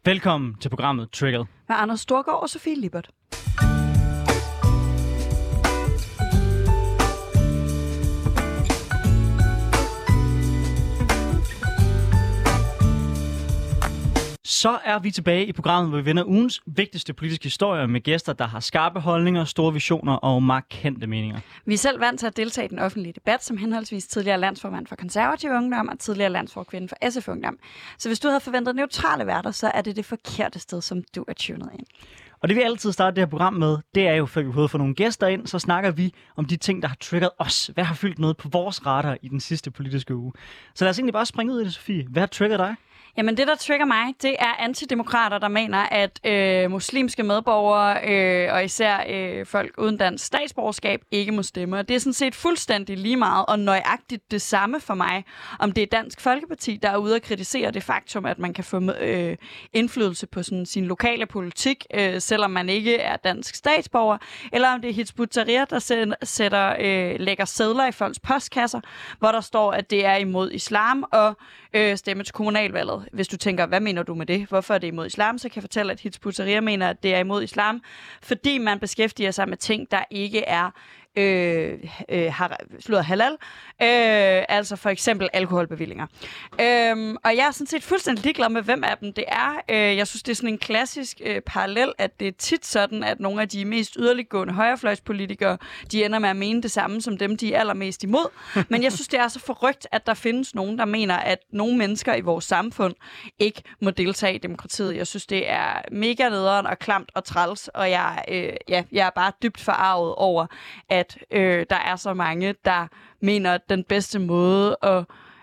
Velkommen til programmet Triggered. Med Anders Storgård og Sofie Lippert. Så er vi tilbage i programmet, hvor vi vender ugens vigtigste politiske historier med gæster, der har skarpe holdninger, store visioner og markante meninger. Vi er selv vant til at deltage i den offentlige debat, som henholdsvis tidligere landsformand for Konservativ Ungdom og tidligere landsforkvinde for SF Ungdom. Så hvis du havde forventet neutrale værter, så er det forkerte sted, som du er tunet ind. Og det vi altid starter det her program med, det er jo, før vi får nogle gæster ind, så snakker vi om de ting, der har triggeret os. Hvad har fyldt noget på vores radar i den sidste politiske uge? Så lad os egentlig bare springe ud i det, Sofie. Hvad har triggeret dig? Jamen det, der trigger mig, det er antidemokrater, der mener, at muslimske medborgere og især folk uden dansk statsborgerskab ikke må stemme. Og det er sådan set fuldstændig lige meget og nøjagtigt det samme for mig, om det er Dansk Folkeparti, der er ude at kritisere det faktum, at man kan få indflydelse på sådan sin lokale politik, selvom man ikke er dansk statsborger, eller om det er Hizb ut-Tahrir, der lægger sedler i folks postkasser, hvor der står, at det er imod islam og stemme til kommunalvalget. Hvis du tænker, hvad mener du med det? Hvorfor er det imod islam? Så kan jeg fortælle, at Hizb ut-Tahrir mener, at det er imod islam, fordi man beskæftiger sig med ting, der ikke er halal, altså for eksempel alkoholbevillinger. Og jeg er sådan set fuldstændig ligeglad med, hvem af dem det er. Jeg synes, det er sådan en klassisk parallel, at det er tit sådan, at nogle af de mest yderliggående højrefløjspolitikere, de ender med at mene det samme som dem, de er allermest imod. Men jeg synes, det er så forrygt, at der findes nogen, der mener, at nogle mennesker i vores samfund ikke må deltage i demokratiet. Jeg synes, det er mega nederen og klamt og træls, og jeg er bare dybt forarvet over, at der er så mange, der mener, at den bedste måde at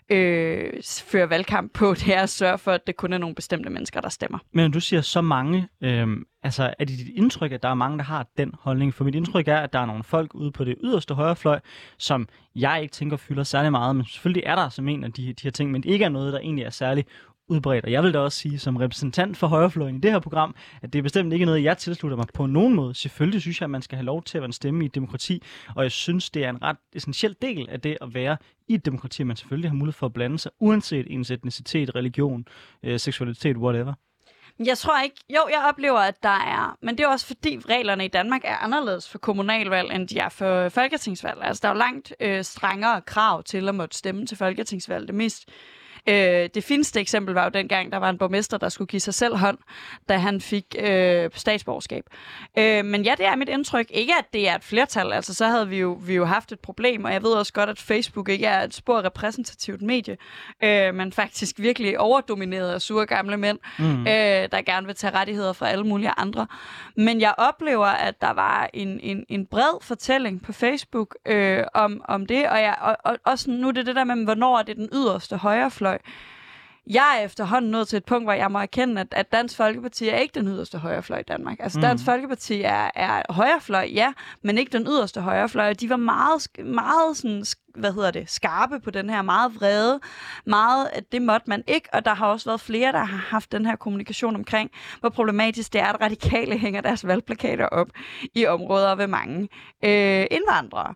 føre valgkamp på, det er at sørge for, at det kun er nogle bestemte mennesker, der stemmer. Men du siger så mange, altså er det dit indtryk, at der er mange, der har den holdning? For mit indtryk er, at der er nogle folk ude på det yderste højrefløj, som jeg ikke tænker fylder særlig meget, men selvfølgelig er der som en af de her ting, men det ikke er noget, der egentlig er særlig udbredt. Og jeg vil da også sige, som repræsentant for højrefløjen i det her program, at det er bestemt ikke noget, jeg tilslutter mig på nogen måde. Selvfølgelig synes jeg, at man skal have lov til at være en stemme i et demokrati, og jeg synes, det er en ret essentiel del af det at være i et demokrati, at man selvfølgelig har mulighed for at blande sig, uanset ens etnicitet, religion, seksualitet, whatever. Jeg tror ikke. Jo, jeg oplever, at der er. Men det er også fordi reglerne i Danmark er anderledes for kommunalvalg, end de er for folketingsvalg. Altså, der er jo langt strengere krav til at måtte stemme til folketingsvalg. Det fineste eksempel var jo dengang, der var en borgmester, der skulle give sig selv hånd, da han fik statsborgerskab. Men ja, det er mit indtryk. Ikke, at det er et flertal. Altså, så havde vi jo haft et problem, og jeg ved også godt, at Facebook ikke er et spor repræsentativt medie, men faktisk virkelig overdomineret af sure gamle mænd, der gerne vil tage rettigheder fra alle mulige andre. Men jeg oplever, at der var en bred fortælling på Facebook om det, og også nu er det der med, hvornår er det den yderste højrefløj. Jeg er efterhånden nået til et punkt, hvor jeg må erkende, at Dansk Folkeparti er ikke den yderste højrefløj i Danmark. Altså Dansk Folkeparti er højrefløj, ja, men ikke den yderste højrefløj. De var meget sådan, skarpe på den her, meget vrede, meget, at det måtte man ikke, og der har også været flere, der har haft den her kommunikation omkring, hvor problematisk det er, at radikale hænger deres valgplakater op i områder ved mange indvandrere.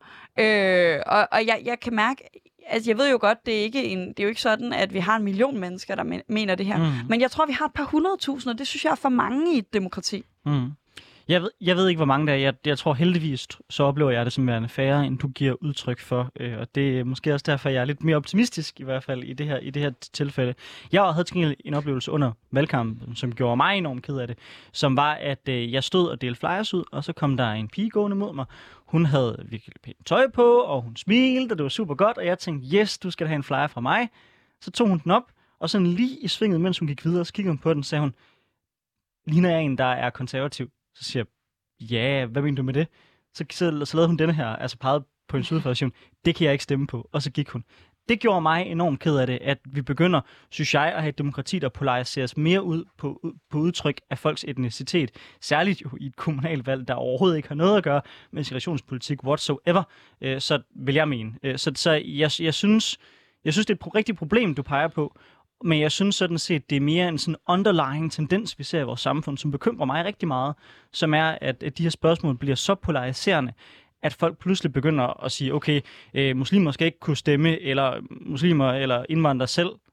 Og jeg kan mærke, altså jeg ved jo godt, det er jo ikke sådan, at vi har 1 million mennesker, der mener det her. Men jeg tror, vi har et par 100.000, og det synes jeg er for mange i et demokrati. Jeg ved ikke, hvor mange der er. Jeg tror heldigvis, så oplever jeg det som værende færre, end du giver udtryk for. Og det er måske også derfor, jeg er lidt mere optimistisk i hvert fald i det her tilfælde. Jeg havde til gengæld en oplevelse under valgkampen, som gjorde mig enormt ked af det, som var, at jeg stod og delte flyers ud, og så kom der en pige gående mod mig. Hun havde virkelig pænt tøj på, og hun smilte, og det var super godt, og jeg tænkte, yes, du skal have en flyer fra mig. Så tog hun den op, og sådan lige i svinget, mens hun gik videre, så kiggede hun på den, sagde hun, ligner jeg en, der er konservativ? Så siger jeg, ja, hvad mener du med det? Så lavede hun denne her, altså pegede på en sydfraktion, det kan jeg ikke stemme på, og så gik hun. Det gjorde mig enormt ked af det, at vi begynder, synes jeg, at have et demokrati, der polariseres mere ud på udtryk af folks etnicitet. Særligt jo i et kommunalvalg, der overhovedet ikke har noget at gøre med integrationspolitik whatsoever, så vil jeg mene. Så jeg synes, det er et rigtigt problem, du peger på. Men jeg synes sådan set, det er mere en sådan underlying tendens, vi ser i vores samfund, som bekymrer mig rigtig meget, som er, at de her spørgsmål bliver så polariserende, at folk pludselig begynder at sige, okay, muslimer skal ikke kunne stemme, eller muslimer eller indvandrere selv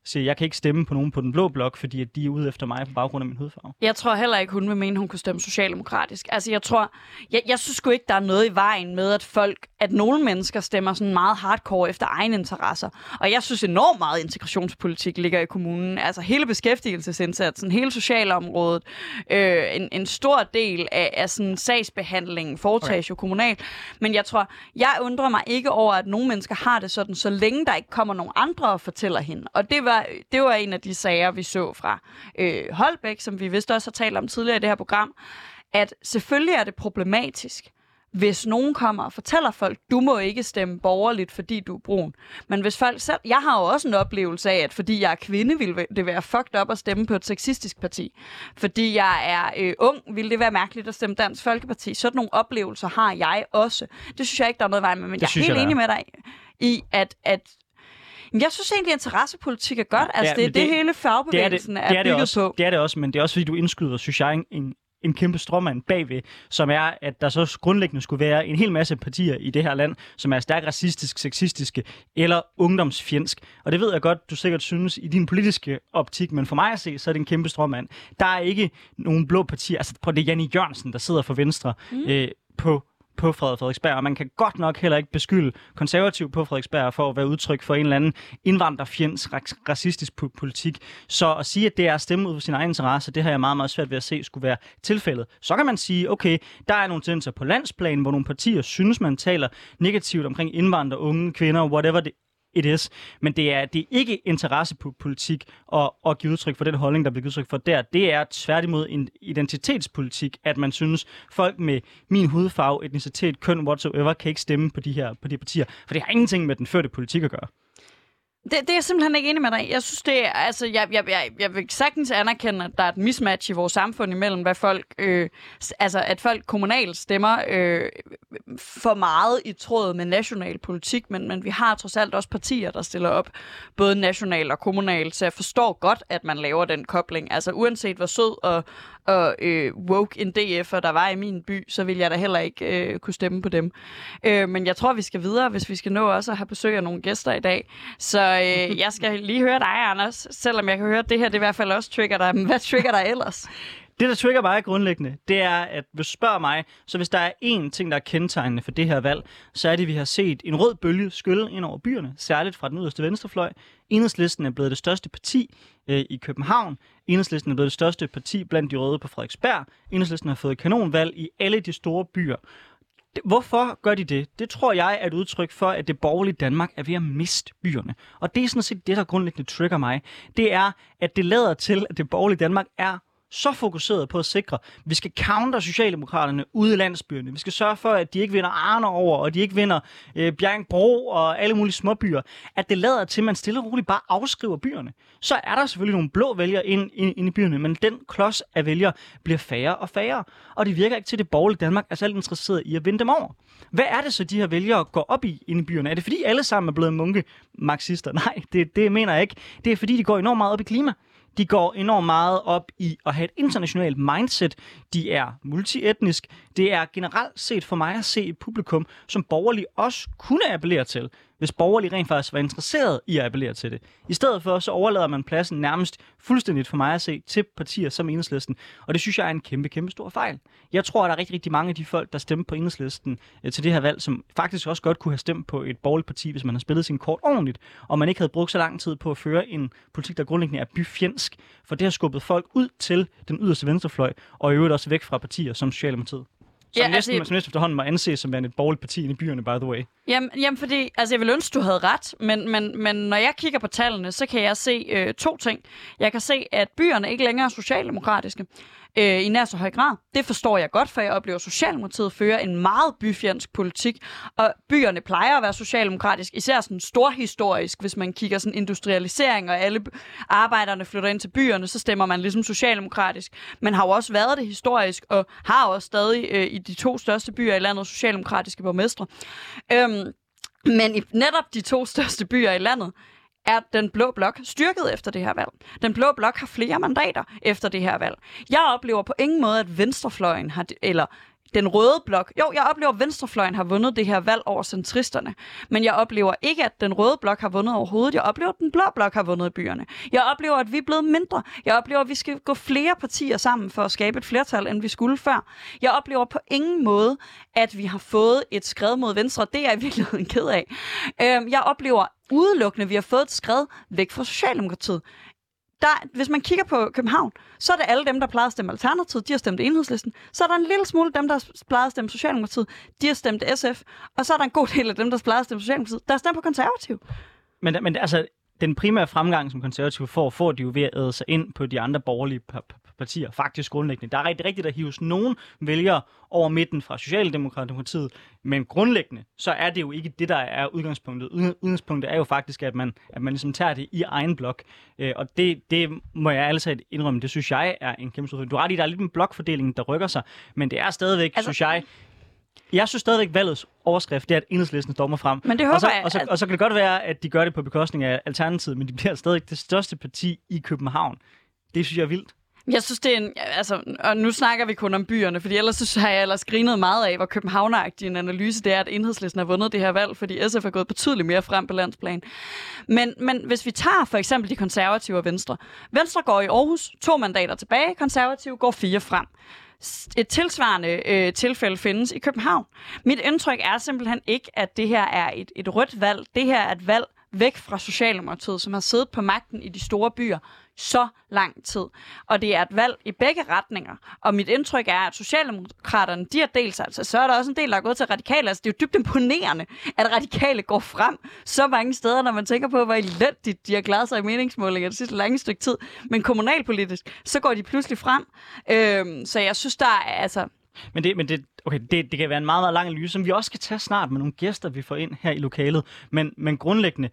siger, jeg kan ikke stemme på nogen på den blå blok, fordi at de er ude efter mig på baggrund af min hudfarve. Jeg tror heller ikke, hun vil mene, hun kunne stemme socialdemokratisk. Altså, jeg synes sgu ikke, der er noget i vejen med, at nogle mennesker stemmer sådan meget hardcore efter egne interesser. Og jeg synes enormt meget integrationspolitik ligger i kommunen. Altså, hele beskæftigelsesindsatsen, hele socialområdet, en stor del af sådan sagsbehandlingen foretages jo kommunalt. Men jeg undrer mig ikke over, at nogle mennesker har det sådan, så længe der ikke kommer nogen andre og fortæller hende. Og det var en af de sager, vi så fra Holbæk, som vi vist også har talt om tidligere i det her program, at selvfølgelig er det problematisk, hvis nogen kommer og fortæller folk, du må ikke stemme borgerligt, fordi du er brun. Men hvis folk selv... Jeg har jo også en oplevelse af, at fordi jeg er kvinde, ville det være fucked up at stemme på et sexistisk parti. Fordi jeg er ung, ville det være mærkeligt at stemme Dansk Folkeparti. Sådan nogle oplevelser har jeg også. Det synes jeg ikke, der er noget vej med. Men jeg er helt enig med dig i, at jeg synes egentlig, at interessepolitik er godt. Altså, det hele fagbevægelsen er bygget på. Det er det også, men det er også, fordi du indskyder, synes jeg, en kæmpe stråmand bagved, som er, at der så grundlæggende skulle være en hel masse partier i det her land, som er stærkt racistisk, sexistiske eller ungdomsfjendsk. Og det ved jeg godt, du sikkert synes i din politiske optik, men for mig at se, så er det en kæmpe stråmand. Der er ikke nogen blå partier. Altså, prøv, det er Jannie Jørgensen, der sidder for Venstre på Frederiksberg, og man kan godt nok heller ikke beskylde konservativ på Frederiksberg for at være udtryk for en eller anden indvandrerfjends racistisk politik. Så at sige, at det er at stemme ud for sin egen interesse, det har jeg meget, meget svært ved at se skulle være tilfældet. Så kan man sige, okay, der er nogle tendenser på landsplan, hvor nogle partier synes, man taler negativt omkring indvandrere, unge, kvinder, whatever it is. Men det er ikke interessepolitik at give udtryk for den holdning, der bliver givet udtryk for der. Det er tværtimod en identitetspolitik, at man synes, folk med min hudfarve, etnicitet, køn, whatsoever, kan ikke stemme på de her partier. For det har ingenting med den førte politik at gøre. Det er jeg simpelthen ikke enig med dig. Jeg synes, det er, altså, jeg vil sagtens anerkende, at der er et mismatch i vores samfund imellem, hvad folk, at folk kommunalt stemmer for meget i tråd med national politik, men vi har trods alt også partier, der stiller op, både national og kommunalt, så jeg forstår godt, at man laver den kobling. Altså uanset hvor sød og woke en DF'er, der var i min by, så vil jeg da heller ikke kunne stemme på dem. Men jeg tror, vi skal videre, hvis vi skal nå også at have besøg af nogle gæster i dag. Så jeg skal lige høre dig, Anders, selvom jeg kan høre, at det her det i hvert fald også trigger dig. Men hvad trigger dig ellers? Det, der trigger mig grundlæggende, det er, at hvis du spørger mig, så hvis der er én ting, der er kendetegnende for det her valg, så er det, at vi har set en rød bølge skylle ind over byerne, særligt fra den yderste venstrefløj. Enhedslisten er blevet det største parti i København. Enhedslisten er blevet det største parti blandt de røde på Frederiksberg. Enhedslisten har fået kanonvalg i alle de store byer. Hvorfor gør de det? Det tror jeg er et udtryk for, at det borgerlige Danmark er ved at miste byerne. Og det er sådan set det, der grundlæggende trigger mig. Det er, at det lader til, at det borgerlige Danmark er så fokuseret på at sikre, at vi skal counter Socialdemokraterne ude i landsbyerne. Vi skal sørge for, at de ikke vinder Arne over, og de ikke vinder Bjerringbro og alle mulige småbyer. At det lader til, at man stille og roligt bare afskriver byerne. Så er der selvfølgelig nogle blå vælgere ind i byerne, men den klods af vælgere bliver færre og færre. Og det virker ikke til, at det borgerlige Danmark er særlig interesseret i at vinde dem over. Hvad er det så, de her vælgere går op i inde i byerne? Er det fordi alle sammen er blevet munke-marxister? Nej, det mener jeg ikke. Det er fordi, de går enormt meget op i klima. De går enormt meget op i at have et internationalt mindset. De er multietnisk. Det er generelt set for mig at se et publikum, som borgerlige også kunne appellere til, hvis borgerlige rent faktisk var interesseret i at appellere til det. I stedet for, så overlader man pladsen nærmest fuldstændigt for mig at se til partier som Enhedslisten. Og det synes jeg er en kæmpe, kæmpe stor fejl. Jeg tror, at der er rigtig, rigtig mange af de folk, der stemmer på Enhedslisten til det her valg, som faktisk også godt kunne have stemt på et borgerligt parti, hvis man havde spillet sin kort ordentligt, og man ikke havde brugt så lang tid på at føre en politik, der grundlæggende er byfjendsk. For det har skubbet folk ud til den yderste venstrefløj, og i øvrigt også væk fra partier som Socialdemokratiet. Som næsten efterhånden må anses som et borgerligt parti i byerne, by the way. Jamen fordi, altså jeg vil ønske, du havde ret, men når jeg kigger på tallene, så kan jeg se to ting. Jeg kan se, at byerne ikke længere er socialdemokratiske i nær så høj grad. Det forstår jeg godt, for jeg oplever, at Socialdemokratiet fører en meget byfjendsk politik, og byerne plejer at være socialdemokratisk, især sådan storhistorisk, hvis man kigger sådan industrialisering, og alle arbejderne flytter ind til byerne, så stemmer man ligesom socialdemokratisk. Men har jo også været det historisk, og har også stadig i de to største byer i landet socialdemokratiske borgmestre. Men i netop de to største byer i landet, er den blå blok styrket efter det her valg. Den blå blok har flere mandater efter det her valg. Jeg oplever på ingen måde, at venstrefløjen har, eller den røde blok. Jo, jeg oplever, at venstrefløjen har vundet det her valg over centristerne. Men jeg oplever ikke, at den røde blok har vundet overhovedet. Jeg oplever, at den blå blok har vundet i byerne. Jeg oplever, at vi er blevet mindre. Jeg oplever, at vi skal gå flere partier sammen for at skabe et flertal, end vi skulle før. Jeg oplever på ingen måde, at vi har fået et skred mod venstre. Det er jeg i virkeligheden ked af. Jeg oplever udelukkende, at vi har fået et skred væk fra Socialdemokratiet. Hvis man kigger på København, så er det alle dem, der plejede at stemme Alternativet, de har stemt Enhedslisten. Så er der en lille smule dem, der plejede at stemme Socialdemokratiet, de har stemt SF. Og så er der en god del af dem, der plejede at stemme Socialdemokratiet, der har stemt på Konservativ. Men altså, den primære fremgang, som Konservative får de jo ved at æde sig ind på de andre borgerlige partier, faktisk grundlæggende. Der er rigtig rigtigt, at hives nogen vælgere over midten fra Socialdemokratiet, men grundlæggende, så er det jo ikke det, der er udgangspunktet. Udgangspunktet er jo faktisk, at man ligesom tager det i egen blok, og det må jeg altså indrømme, det synes jeg er en kæmpe udfordring. Du har ret i, der er lidt en blokfordeling, der rykker sig, men det er stadigvæk, synes jeg synes stadigvæk, valgets overskrift, det er, at Enhedslisten stormer frem. Men det håber og så kan det godt være, at de gør det på bekostning af Alternativet, men de bliver stadig det største parti i København. Det synes jeg er vildt. Jeg synes, det er og nu snakker vi kun om byerne, fordi ellers så har jeg ellers grinet meget af, hvor københavneragtig en analyse det er, at Enhedslisten har vundet det her valg, fordi SF er gået betydeligt mere frem på landsplan. Men hvis vi tager for eksempel de konservative og Venstre. Venstre går i Aarhus 2 mandater tilbage, konservative går 4 frem. Et tilsvarende tilfælde findes i København. Mit indtryk er simpelthen ikke, at det her er et rødt valg. Det her er et valg væk fra Socialdemokratiet, som har siddet på magten i de store byer så lang tid. Og det er et valg i begge retninger. Og mit indtryk er, at Socialdemokraterne, de har delt sig. Altså, så er der også en del, der er gået til radikale. Altså, det er jo dybt imponerende, at radikale går frem så mange steder, når man tænker på, hvor elendigt de har klaret sig i meningsmålinger det sidste lange stykke tid. Men kommunalpolitisk, så går de pludselig frem. Så jeg synes, der er altså... Men det kan være en meget, meget lang analyse, som vi også skal tage snart med nogle gæster, vi får ind her i lokalet. Men grundlæggende,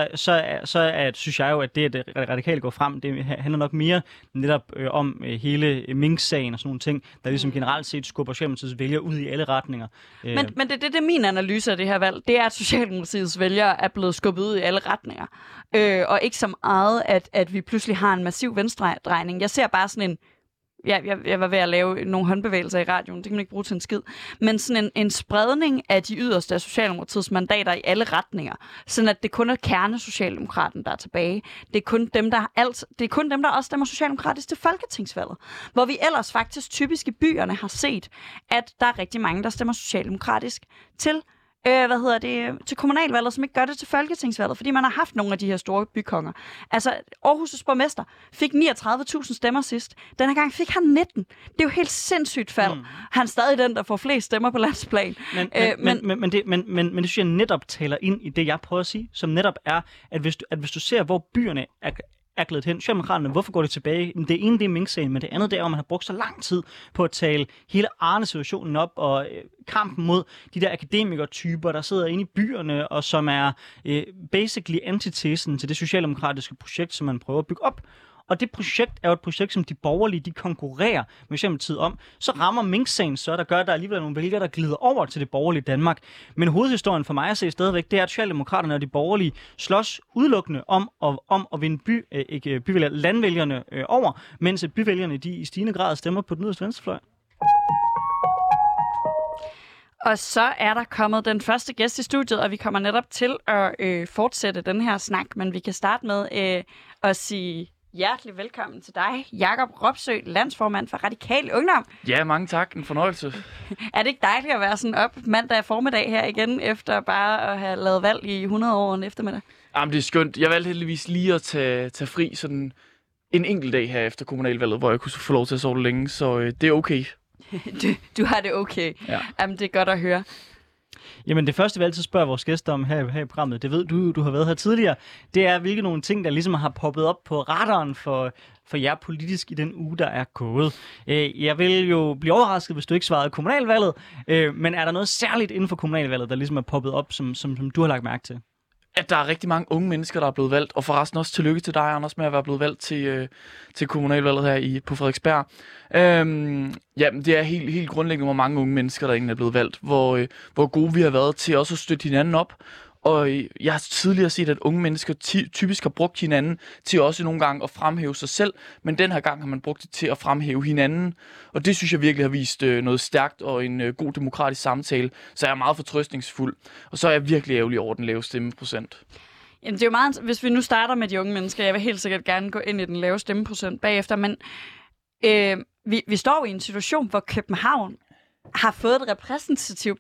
synes jeg jo, at det, at radikale går frem, det handler nok mere netop om hele Mink-sagen og sådan nogle ting, der ligesom generelt set skubber Socialdemokratiets vælgere ud i alle retninger. Men det er min analyse af det her valg. Det er, at Socialdemokratiets vælgere er blevet skubbet ud i alle retninger. Og ikke så meget, at vi pludselig har en massiv venstredrejning. Jeg ser bare sådan en... Jeg var ved at lave nogle håndbevægelser i radioen, det kan man ikke bruge til en skid. Men sådan en spredning af de yderste af Socialdemokratiets mandater i alle retninger, sådan at det kun er kernesocialdemokraten, der er tilbage. Det er kun dem, der også stemmer socialdemokratisk til folketingsvalget. Hvor vi ellers faktisk typisk i byerne har set, at der er rigtig mange, der stemmer socialdemokratisk til til kommunalvalget, som ikke gør det til folketingsvalget, fordi man har haft nogle af de her store bykonger. Altså, Aarhus' borgmester fik 39.000 stemmer sidst. Denne gang fik han 19. Det er jo helt sindssygt fald. Han er stadig den, der får flest stemmer på landsplan. Men det synes jeg netop taler ind i det, jeg prøver at sige, som netop er, at hvis du ser, hvor byerne er glædet hen. Socialdemokraterne, hvorfor går det tilbage? Det ene, det er Mink-sagen, men det andet, det er, at man har brugt så lang tid på at tale hele Arne-situationen op og kampen mod de der akademikertyper, der sidder inde i byerne, og som er basically antitesen til det socialdemokratiske projekt, som man prøver at bygge op. Og det projekt er jo et projekt, som de borgerlige, de konkurrerer med Socialdemokratiet om. Så rammer Mink-sagen så, der gør, at der alligevel er nogle vælgere, der glider over til det borgerlige Danmark. Men hovedhistorien for mig at se stadigvæk, det er, at Socialdemokraterne og de borgerlige slås udelukkende om at vinde landvælgerne over, mens byvælgerne de i stigende grad stemmer på den yderste venstrefløj. Og så er der kommet den første gæst i studiet, og vi kommer netop til at fortsætte den her snak, men vi kan starte med at sige... Hjertelig velkommen til dig, Jakob Robsø, landsformand for Radikal Ungdom. Ja, mange tak. En fornøjelse. Er det ikke dejligt at være sådan op mandag formiddag her igen, efter bare at have lavet valg i 100 år en eftermiddag? Jamen, det er skønt. Jeg valgte heldigvis lige at tage fri sådan en enkelt dag her efter kommunalvalget, hvor jeg kunne få lov til at sove længe, så det er okay. Du har det okay. Ja. Jamen, det er godt at høre. Jamen det første, vi altid spørger vores gæster om her i programmet, det ved du har været her tidligere, det er, hvilke nogle ting, der ligesom har poppet op på radaren for jer politisk i den uge, der er gået. Jeg vil jo blive overrasket, hvis du ikke svarede kommunalvalget, men er der noget særligt inden for kommunalvalget, der ligesom er poppet op, som du har lagt mærke til? At der er rigtig mange unge mennesker, der er blevet valgt, og forresten også tillykke til dig, Anders, med at være blevet valgt til kommunalvalget her på Frederiksberg. Jamen, det er helt grundlæggende, hvor mange unge mennesker, der egentlig er blevet valgt, hvor gode vi har været til også at støtte hinanden op, Og jeg har tidligere set, at unge mennesker typisk har brugt hinanden til også nogle gange at fremhæve sig selv, men den her gang har man brugt det til at fremhæve hinanden. Og det synes jeg virkelig har vist noget stærkt og en god demokratisk samtale, så jeg er meget fortrøstningsfuld. Og så er jeg virkelig ærgerlig over den lave stemmeprocent. Jamen, det er jo meget, hvis vi nu starter med de unge mennesker, jeg vil helt sikkert gerne gå ind i den lave stemmeprocent bagefter, men vi står jo i en situation, hvor København har fået et repræsentativ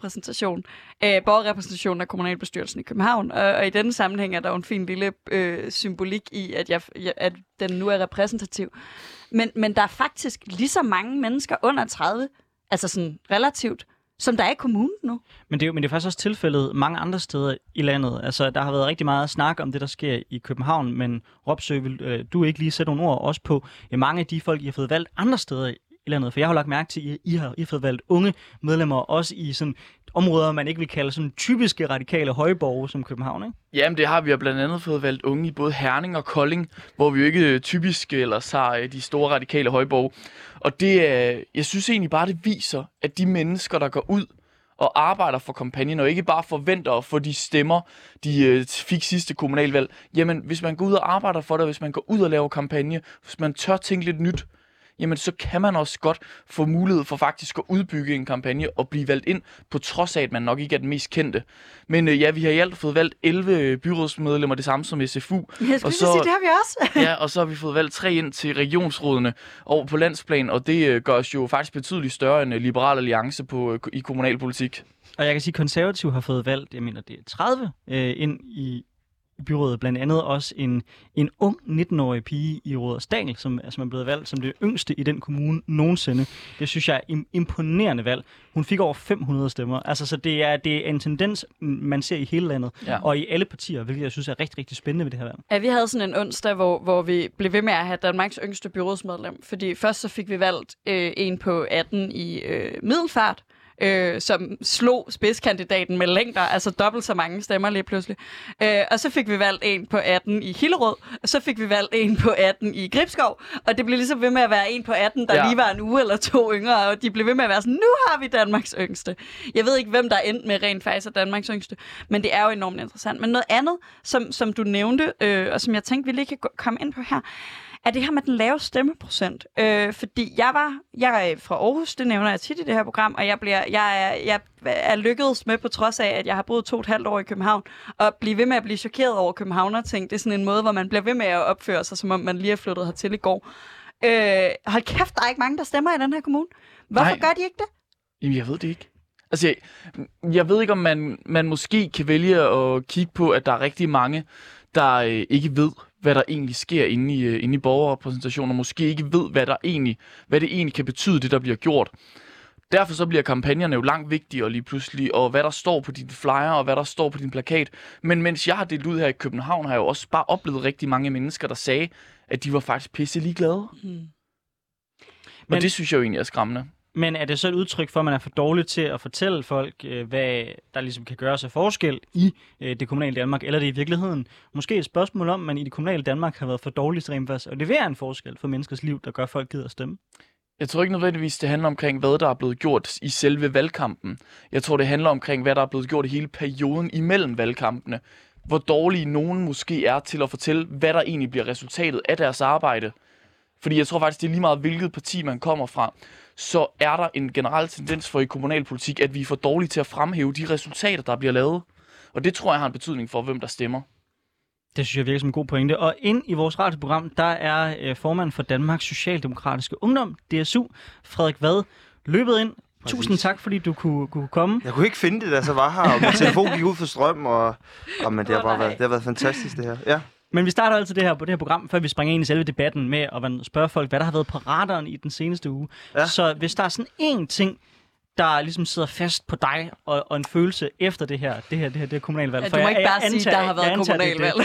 borgerrepræsentation af kommunalbestyrelsen i København, og i denne sammenhæng er der jo en fin lille symbolik i, at den nu er repræsentativ. Men der er faktisk lige så mange mennesker under 30, altså sådan relativt, som der er i kommunen nu. Men det er faktisk også tilfældet mange andre steder i landet. Altså, der har været rigtig meget snak om det, der sker i København, men Robsø, vil du ikke lige sætte nogle ord også på mange af de folk, I har fået valgt andre steder i landet? For jeg har lagt mærke til, at I har fået valgt unge medlemmer også i sådan områder, man ikke vil kalde sådan typiske radikale højborge som København, ikke? Jamen, det har vi jo blandt andet fået valgt unge i både Herning og Kolding, hvor vi jo ikke typisk ellers har de store radikale højborge. Og det, jeg synes egentlig bare, det viser, at de mennesker, der går ud og arbejder for kampagnen, og ikke bare forventer at få de stemmer, de fik sidste kommunalvalg. Jamen, hvis man går ud og arbejder for det, hvis man går ud og laver kampagne, hvis man tør tænke lidt nyt, jamen så kan man også godt få mulighed for faktisk at udbygge en kampagne og blive valgt ind, på trods af, at man nok ikke er den mest kendte. Men vi har i alt fået valgt 11 byrådsmedlemmer, det samme som SFU. Jeg skulle sige, det har vi også. Ja, og så har vi fået valgt 3 ind til regionsrådene over på landsplan, og det gør os jo faktisk betydeligt større end Liberal Alliance i kommunalpolitik. Og jeg kan sige, at Konservativ har fået valgt, jeg mener det er 30 ind i byrådet, blandt andet også en ung 19-årig pige i Rudersdal, som er blevet valgt som det yngste i den kommune nogensinde. Det synes jeg er imponerende valg. Hun fik over 500 stemmer. Altså, så det er en tendens, man ser i hele landet, og i alle partier, hvilket jeg synes er rigtig, rigtig spendende ved det her valg. Ja, vi havde sådan en onsdag, hvor vi blev ved med at have Danmarks yngste byrådsmedlem, fordi først så fik vi valgt en på 18 i Middelfart, som slog spidskandidaten med længder, altså dobbelt så mange stemmer lige pludselig. Og så fik vi valgt en på 18 i Hillerød, og så fik vi valgt en på 18 i Gribskov, og det blev ligesom ved med at være en på 18, der lige var en uge eller 2 yngre, og de blev ved med at være sådan, nu har vi Danmarks yngste. Jeg ved ikke, hvem der er endt med rent faktisk af Danmarks yngste, men det er jo enormt interessant. Men noget andet, som du nævnte, og som jeg tænkte, vi lige kan komme ind på her, er det her med den lave stemmeprocent. Fordi jeg er fra Aarhus, det nævner jeg tit i det her program, og jeg er lykkedes med, på trods af, at jeg har boet 2,5 år i København, og blive ved med at blive chokeret over københavner-ting. Det er sådan en måde, hvor man bliver ved med at opføre sig, som om man lige er flyttet hertil i går. Hold kæft, der er ikke mange, der stemmer i den her kommune. Hvorfor gør de ikke det? Jamen, jeg ved det ikke. Altså, jeg ved ikke, om man måske kan vælge at kigge på, at der er rigtig mange, der ikke ved, hvad der egentlig sker inde i borgerrepræsentationen, og måske ikke ved, hvad det egentlig kan betyde, det der bliver gjort. Derfor så bliver kampagnerne jo langt vigtigere lige pludselig, og hvad der står på din flyer, og hvad der står på din plakat. Men mens jeg har delt ud her i København, har jeg jo også bare oplevet rigtig mange mennesker, der sagde, at de var faktisk pisse ligeglade. Og det synes jeg jo egentlig er skræmmende. Men er det så et udtryk for, at man er for dårlig til at fortælle folk, hvad der ligesom kan gøre sig forskel i det kommunale Danmark, eller det i virkeligheden måske et spørgsmål om, at man i det kommunale Danmark har været for dårligt rent faktisk, og det er en forskel for menneskers liv, der gør folk gider at stemme? Jeg tror ikke nødvendigvis, det handler omkring, hvad der er blevet gjort i selve valgkampen. Jeg tror, det handler omkring, hvad der er blevet gjort i hele perioden imellem valgkampene. Hvor dårlige nogen måske er til at fortælle, hvad der egentlig bliver resultatet af deres arbejde. Fordi jeg tror faktisk, det er lige meget, hvilket parti man kommer fra, så er der en generel tendens for i kommunalpolitik, at vi er for dårlige til at fremhæve de resultater, der bliver lavet. Og det tror jeg har en betydning for, hvem der stemmer. Det synes jeg virker som en god pointe. Og ind i vores radioprogram, der er formand for Danmarks Socialdemokratiske Ungdom, DSU, Frederik Vad, løbet ind. Præcis. Tusind tak, fordi du kunne komme. Jeg kunne ikke finde det, da jeg var her, og min telefon gik ud for strøm, men det har været fantastisk, det her. Ja. Men vi starter altid på det her program, før vi springer ind i selve debatten med at spørge folk, hvad der har været på radaren i den seneste uge. Ja. Så hvis der er sådan én ting, der ligesom sidder fast på dig og en følelse efter det her kommunalvalg. Ja, du må ikke bare sige, der har været kommunalvalg.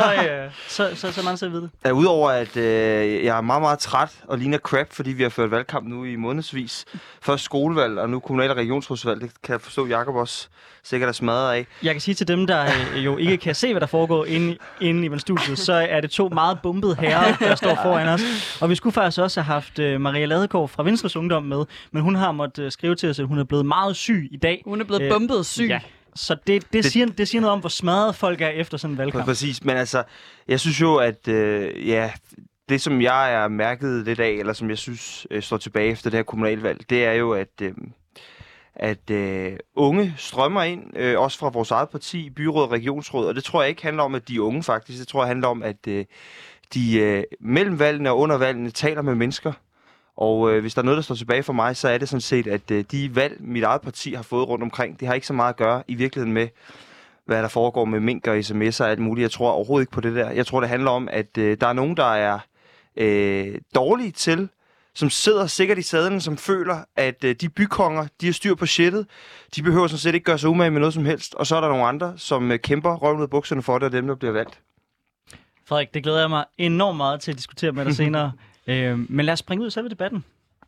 Så man så ved det. Ja, udover at jeg er meget, meget træt og ligner crap, fordi vi har ført valgkamp nu i månedsvis. Først skolevalg, og nu kommunal- og regionsrådsvalg. Det kan jeg forstå, Jakob også sikkert er smadret af. Jeg kan sige til dem, der jo ikke kan se, hvad der foregår inde i studiet, så er det 2 meget bombede herrer, der står foran os. Og vi skulle faktisk også have haft Maria Ladegaard fra Venstres Ungdom med, men hun har måttet skrive til os, at hun er blevet meget syg i dag. Hun er blevet bombet syg. Ja. Så det siger noget om, hvor smadret folk er efter sådan en valgkamp. Præcis, men altså, jeg synes jo, at det, som jeg er mærket lidt af, eller som jeg synes står tilbage efter det her kommunalvalg, det er jo, at unge strømmer ind, også fra vores eget parti, byråd og regionsråd, og det tror jeg ikke handler om, at de er unge faktisk. Det tror jeg handler om, at de mellem valgene og under valgene taler med mennesker. Og hvis der er noget, der står tilbage for mig, så er det sådan set, at de valg, mit eget parti har fået rundt omkring, det har ikke så meget at gøre i virkeligheden med, hvad der foregår med mink og sms'er og alt muligt. Jeg tror overhovedet ikke på det der. Jeg tror, det handler om, at der er nogen, der er dårlige til, som sidder sikkert i sadlen, som føler, at de bykonger, de har styr på shitet. De behøver sådan set ikke gøre sig umage med noget som helst. Og så er der nogle andre, som kæmper røven ud af bukserne for det, og dem, der bliver valgt. Frederik, det glæder jeg mig enormt meget til at diskutere med dig senere. Men lad os springe ud af selve debatten.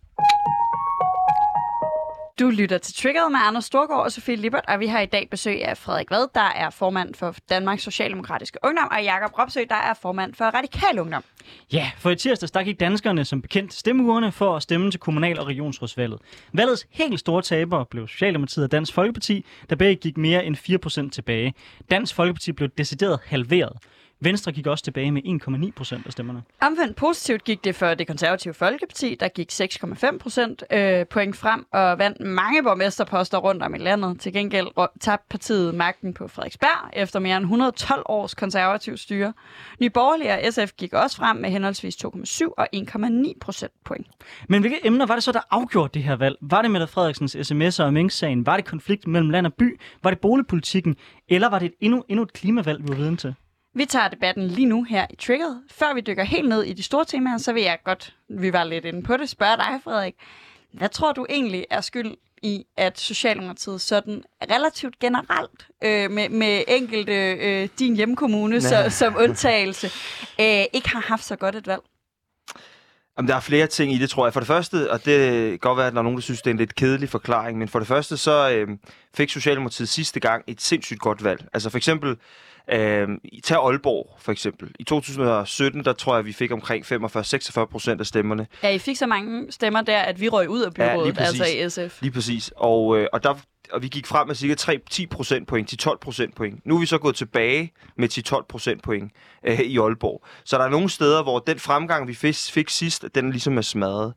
Du lytter til Triggered med Anders Storgård og Sofie Lippert, og vi har i dag besøg af Frederik Vad, der er formand for Danmarks Socialdemokratiske Ungdom, og Jakob Ropsø, der er formand for Radikal Ungdom. Ja, for i tirsdags der gik danskerne som bekendt stemmeugerne for at stemme til kommunal- og regionsrådsvalget. Valgets helt store tabere blev Socialdemokratiet og Dansk Folkeparti, der begge gik mere end 4% tilbage. Dansk Folkeparti blev decideret halveret. Venstre gik også tilbage med 1,9% af stemmerne. Omvendt positivt gik det for Det Konservative Folkeparti, der gik 6,5% point frem og vandt mange borgmesterposter rundt om i landet. Til gengæld tabte partiet magten på Frederiksberg efter mere end 112 års konservativ styre. Nye Borgerlige og SF gik også frem med henholdsvis 2,7 og 1,9% point. Men hvilke emner var det så, der afgjorde det her valg? Var det Mette Frederiksens sms'er og Mink-sagen? Var det konflikten mellem land og by? Var det boligpolitikken? Eller var det endnu et klimavalg, vi var viden til? Vi tager debatten lige nu her i Triggered. Før vi dykker helt ned i de store temaer, så vil jeg godt, vi var lidt inde på det, spørge dig, Frederik. Hvad tror du egentlig er skyld i, at Socialdemokratiet sådan relativt generelt, med enkelte din hjemkommune som undtagelse, ikke har haft så godt et valg? Jamen, der er flere ting i det, tror jeg. For det første, og det kan godt være, at der er nogen, der synes, det er en lidt kedelig forklaring, men for det første, så fik Socialdemokratiet sidste gang et sindssygt godt valg. Altså for eksempel, tag Aalborg for eksempel. I 2017, der tror jeg, vi fik omkring 45-46% af stemmerne. Ja, I fik så mange stemmer der, at vi røg ud af byrådet, ja, altså i SF. Lige præcis. Og vi gik frem med cirka 10 procentpoint til 12 procentpoint. Nu er vi så gået tilbage med 10-12 procentpoint i Aalborg. Så der er nogle steder, hvor den fremgang, vi fik sidst, den ligesom er smadret.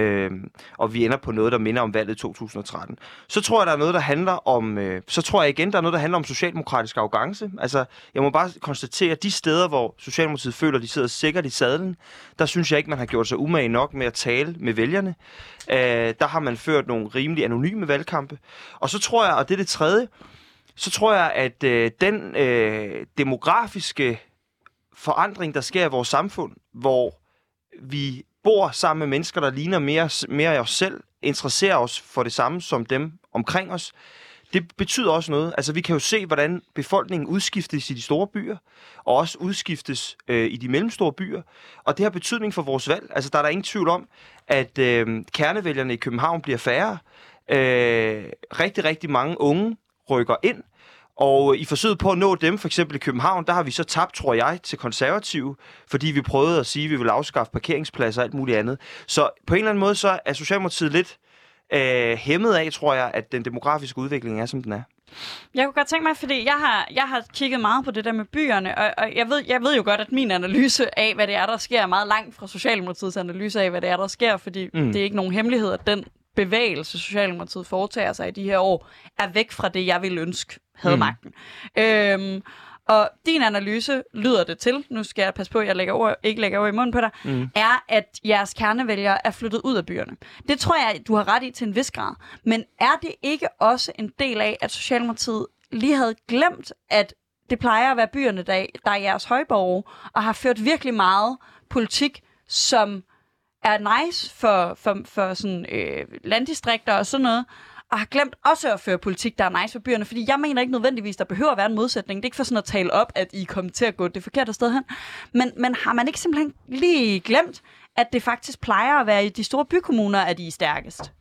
Og vi ender på noget, der minder om valget i 2013. Så tror jeg, der er noget, der handler om... der er noget, der handler om socialdemokratisk arrogance. Altså, jeg må bare konstatere, at de steder, hvor Socialdemokratiet føler, de sidder sikkert i sadlen, der synes jeg ikke, man har gjort sig umage nok med at tale med vælgerne. Der har man ført nogle rimelig anonyme valgkampe. Og så tror jeg, og det er det tredje, så tror jeg, at den demografiske forandring, der sker i vores samfund, hvor vi bor sammen med mennesker, der ligner mere af os selv, interesserer os for det samme som dem omkring os, det betyder også noget. Altså, vi kan jo se, hvordan befolkningen udskiftes i de store byer, og også udskiftes i de mellemstore byer. Og det har betydning for vores valg. Altså, der er ingen tvivl om, at kernevælgerne i København bliver færre. Rigtig, rigtig mange unge rykker ind. Og i forsøget på at nå dem, for eksempel i København, der har vi så tabt, tror jeg, til konservative, fordi vi prøvede at sige, at vi vil afskaffe parkeringspladser og alt muligt andet. Så på en eller anden måde, så er Socialdemokratiet lidt hæmmet af, tror jeg, at den demografiske udvikling er, som den er. Jeg kunne godt tænke mig, fordi jeg har kigget meget på det der med byerne, og jeg ved jo godt, at min analyse af, hvad det er, der sker, er meget langt fra Socialdemokratiets analyse af, hvad det er, der sker, fordi det er ikke nogen hemmelighed, at den bevægelse, Socialdemokratiet foretager sig i de her år, er væk fra det, jeg ville ønske havde magten. Og din analyse lyder det til, nu skal jeg passe på, at jeg ikke lægger ord i munden på dig, er, at jeres kernevælgere er flyttet ud af byerne. Det tror jeg, du har ret i til en vis grad. Men er det ikke også en del af, at Socialdemokratiet lige havde glemt, at det plejer at være byerne, der er jeres højborge, og har ført virkelig meget politik, som er nice for sådan, landdistrikter og sådan noget, og har glemt også at føre politik, der er nice for byerne, fordi jeg mener ikke nødvendigvis, der behøver at være en modsætning. Det er ikke for sådan at tale op, at I kommer til at gå det forkerte sted hen. Men har man ikke simpelthen lige glemt, at det faktisk plejer at være i de store bykommuner, at I er stærkest?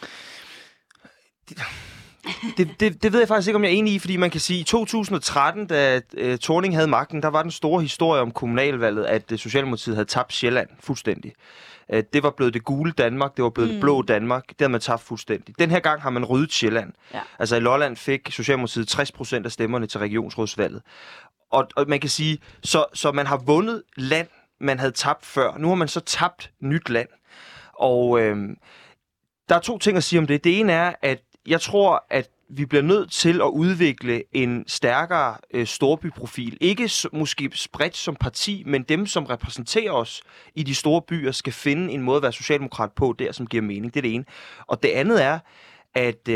Det ved jeg faktisk ikke, om jeg er enig i, fordi man kan sige, at i 2013, da Thorning havde magten, der var den store historie om kommunalvalget, at Socialdemokratiet havde tabt Sjælland fuldstændig. Det var blevet det gule Danmark, det var blevet det blå Danmark. Det havde man tabt fuldstændig. Den her gang har man ryddet Sjælland. Ja. Altså i Lolland fik Socialdemokratiet 60% af stemmerne til regionsrådsvalget. Og man kan sige, så man har vundet land, man havde tabt før. Nu har man så tabt nyt land. Og der er 2 ting at sige om det. Det ene er, at jeg tror, at vi bliver nødt til at udvikle en stærkere storbyprofil. Ikke måske spredt som parti, men dem, som repræsenterer os i de store byer, skal finde en måde at være socialdemokrat på der, som giver mening. Det er det ene. Og det andet er, at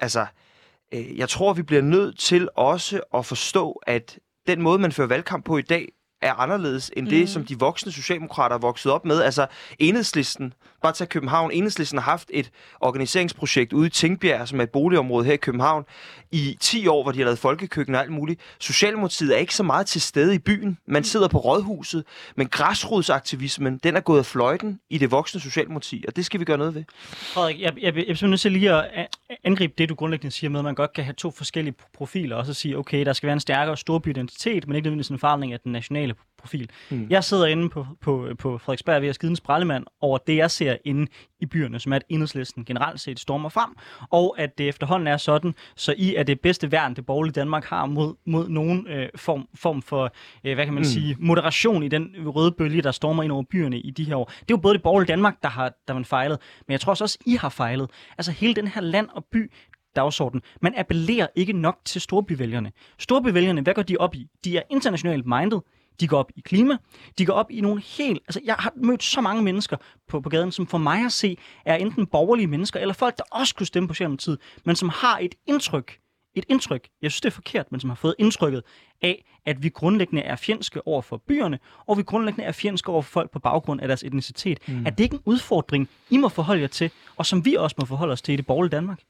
jeg tror, vi bliver nødt til også at forstå, at den måde, man fører valgkamp på i dag, er anderledes end det, som de voksne socialdemokrater er vokset op med. Altså Enhedslisten, bare til København. Enhedslisten har haft et organiseringsprojekt ude i Tingbjerg, som er et boligområde her i København, i 10 år, hvor de har lavet folkekøkken og alt muligt. Socialdemokratiet er ikke så meget til stede i byen. Man sidder på rådhuset, men græsrodsaktivismen, den er gået af fløjten i det voksne Socialdemokrati, og det skal vi gøre noget ved. Frederik, jeg er simpelthen nødt til lige at angribe det, du grundlæggende siger med, at man godt kan have 2 forskellige profiler, og så sige, okay, der skal være en stærkere storbyidentitet, men ikke nødvendigvis en forandring af den nationale profil. Jeg sidder inde på Frederiksberg ved at skide en sprallemand over det, jeg ser inde i byerne, som er, at Enhedslisten generelt set stormer frem, og at det efterhånden er sådan, så I er det bedste værn, det borgerlige Danmark har mod nogen form for, hvad kan man sige, moderation i den røde bølge, der stormer ind over byerne i de her år. Det er jo både det borgerlige Danmark, der man fejlet, men jeg tror også, I har fejlet. Altså hele den her land og by dagsorden. Man appellerer ikke nok til storbyvælgerne. Storbyvælgerne, hvad går de op i? De er internationalt minded. De går op i klima. De går op i nogle helt... Altså, jeg har mødt så mange mennesker på gaden, som for mig at se, er enten borgerlige mennesker, eller folk, der også kunne stemme på Socialdemokratiet, men som har et indtryk, jeg synes det er forkert, men som har fået indtrykket af, at vi grundlæggende er fjendske over for byerne, og vi grundlæggende er fjendske over for folk på baggrund af deres etnicitet. Er det ikke en udfordring, I må forholde jer til, og som vi også må forholde os til i det borgerlige Danmark?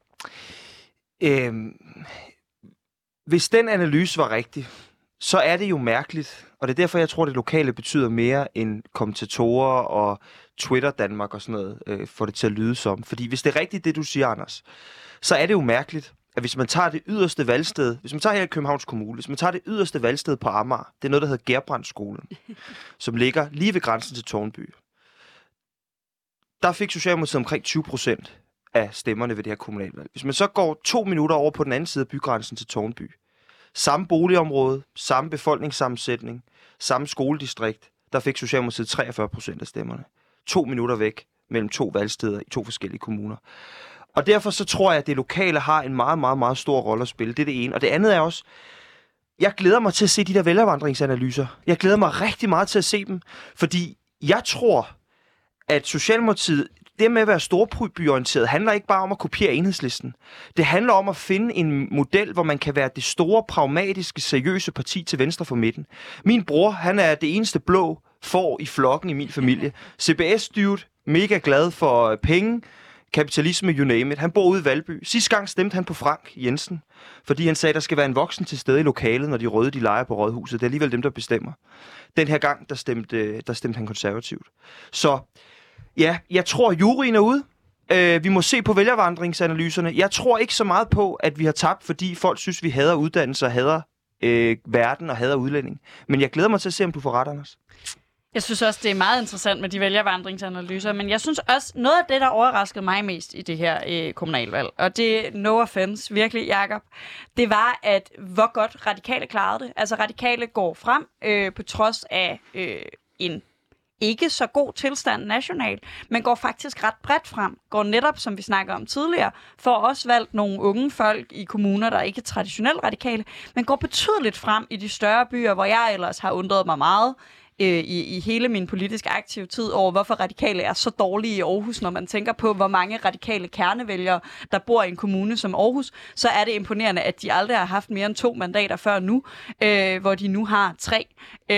Hvis den analyse var rigtig, så er det jo mærkeligt, og det er derfor, jeg tror, det lokale betyder mere end kommentatorer og Twitter Danmark og sådan noget, får det til at lyde som. Fordi hvis det er rigtigt, det du siger, Anders, så er det jo mærkeligt, at hvis man tager det yderste valgsted, hvis man tager her i Københavns Kommune, hvis man tager det yderste valgsted på Amager, det er noget, der hedder Gerbrandskolen, som ligger lige ved grænsen til Tårnby. Der fik Socialdemokratiet omkring 20% af stemmerne ved det her kommunalvalg. Hvis man så går 2 minutter over på den anden side af bygrænsen til Tårnby, samme boligområde, samme befolkningssammensætning, samme skoledistrikt, der fik Socialdemokratiet 43% af stemmerne. 2 minutter væk mellem 2 valgsteder i 2 forskellige kommuner. Og derfor så tror jeg, at det lokale har en meget, meget, meget stor rolle at spille. Det er det ene. Og det andet er også, jeg glæder mig til at se de der vælgervandringsanalyser. Jeg glæder mig rigtig meget til at se dem, fordi jeg tror, at Socialdemokratiet, det med at være storbyorienteret, handler ikke bare om at kopiere Enhedslisten. Det handler om at finde en model, hvor man kan være det store, pragmatiske, seriøse parti til venstre for midten. Min bror, han er det eneste blå får i flokken i min familie. CBS-dude, mega glad for penge, kapitalisme, you name it. Han bor ude i Valby. Sidste gang stemte han på Frank Jensen, fordi han sagde, at der skal være en voksen til stede i lokalet, når de røde de leger på rådhuset. Det er alligevel dem, der bestemmer. Den her gang, der stemte han konservativt. Så ja, jeg tror, at juryen er ude. Vi må se på vælgervandringsanalyserne. Jeg tror ikke så meget på, at vi har tabt, fordi folk synes, vi hader uddannelse og hader verden og hader udlænding. Men jeg glæder mig til at se, om du får ret, Anders. Jeg synes også, det er meget interessant med de vælgervandringsanalyser, men jeg synes også, noget af det, der overraskede mig mest i det her kommunalvalg, og det er no offense, virkelig, Jacob, det var, at hvor godt Radikale klarede det. Altså, Radikale går frem på trods af en ikke så god tilstand nationalt, men går faktisk ret bredt frem. Går netop, som vi snakker om tidligere, får også valgt nogle unge folk i kommuner, der ikke er traditionelt radikale, men går betydeligt frem i de større byer, hvor jeg ellers har undret mig meget i hele min politiske aktive tid over, hvorfor radikale er så dårlige i Aarhus, når man tænker på, hvor mange radikale kernevælgere, der bor i en kommune som Aarhus, så er det imponerende, at de aldrig har haft mere end 2 mandater før nu, hvor de nu har 3.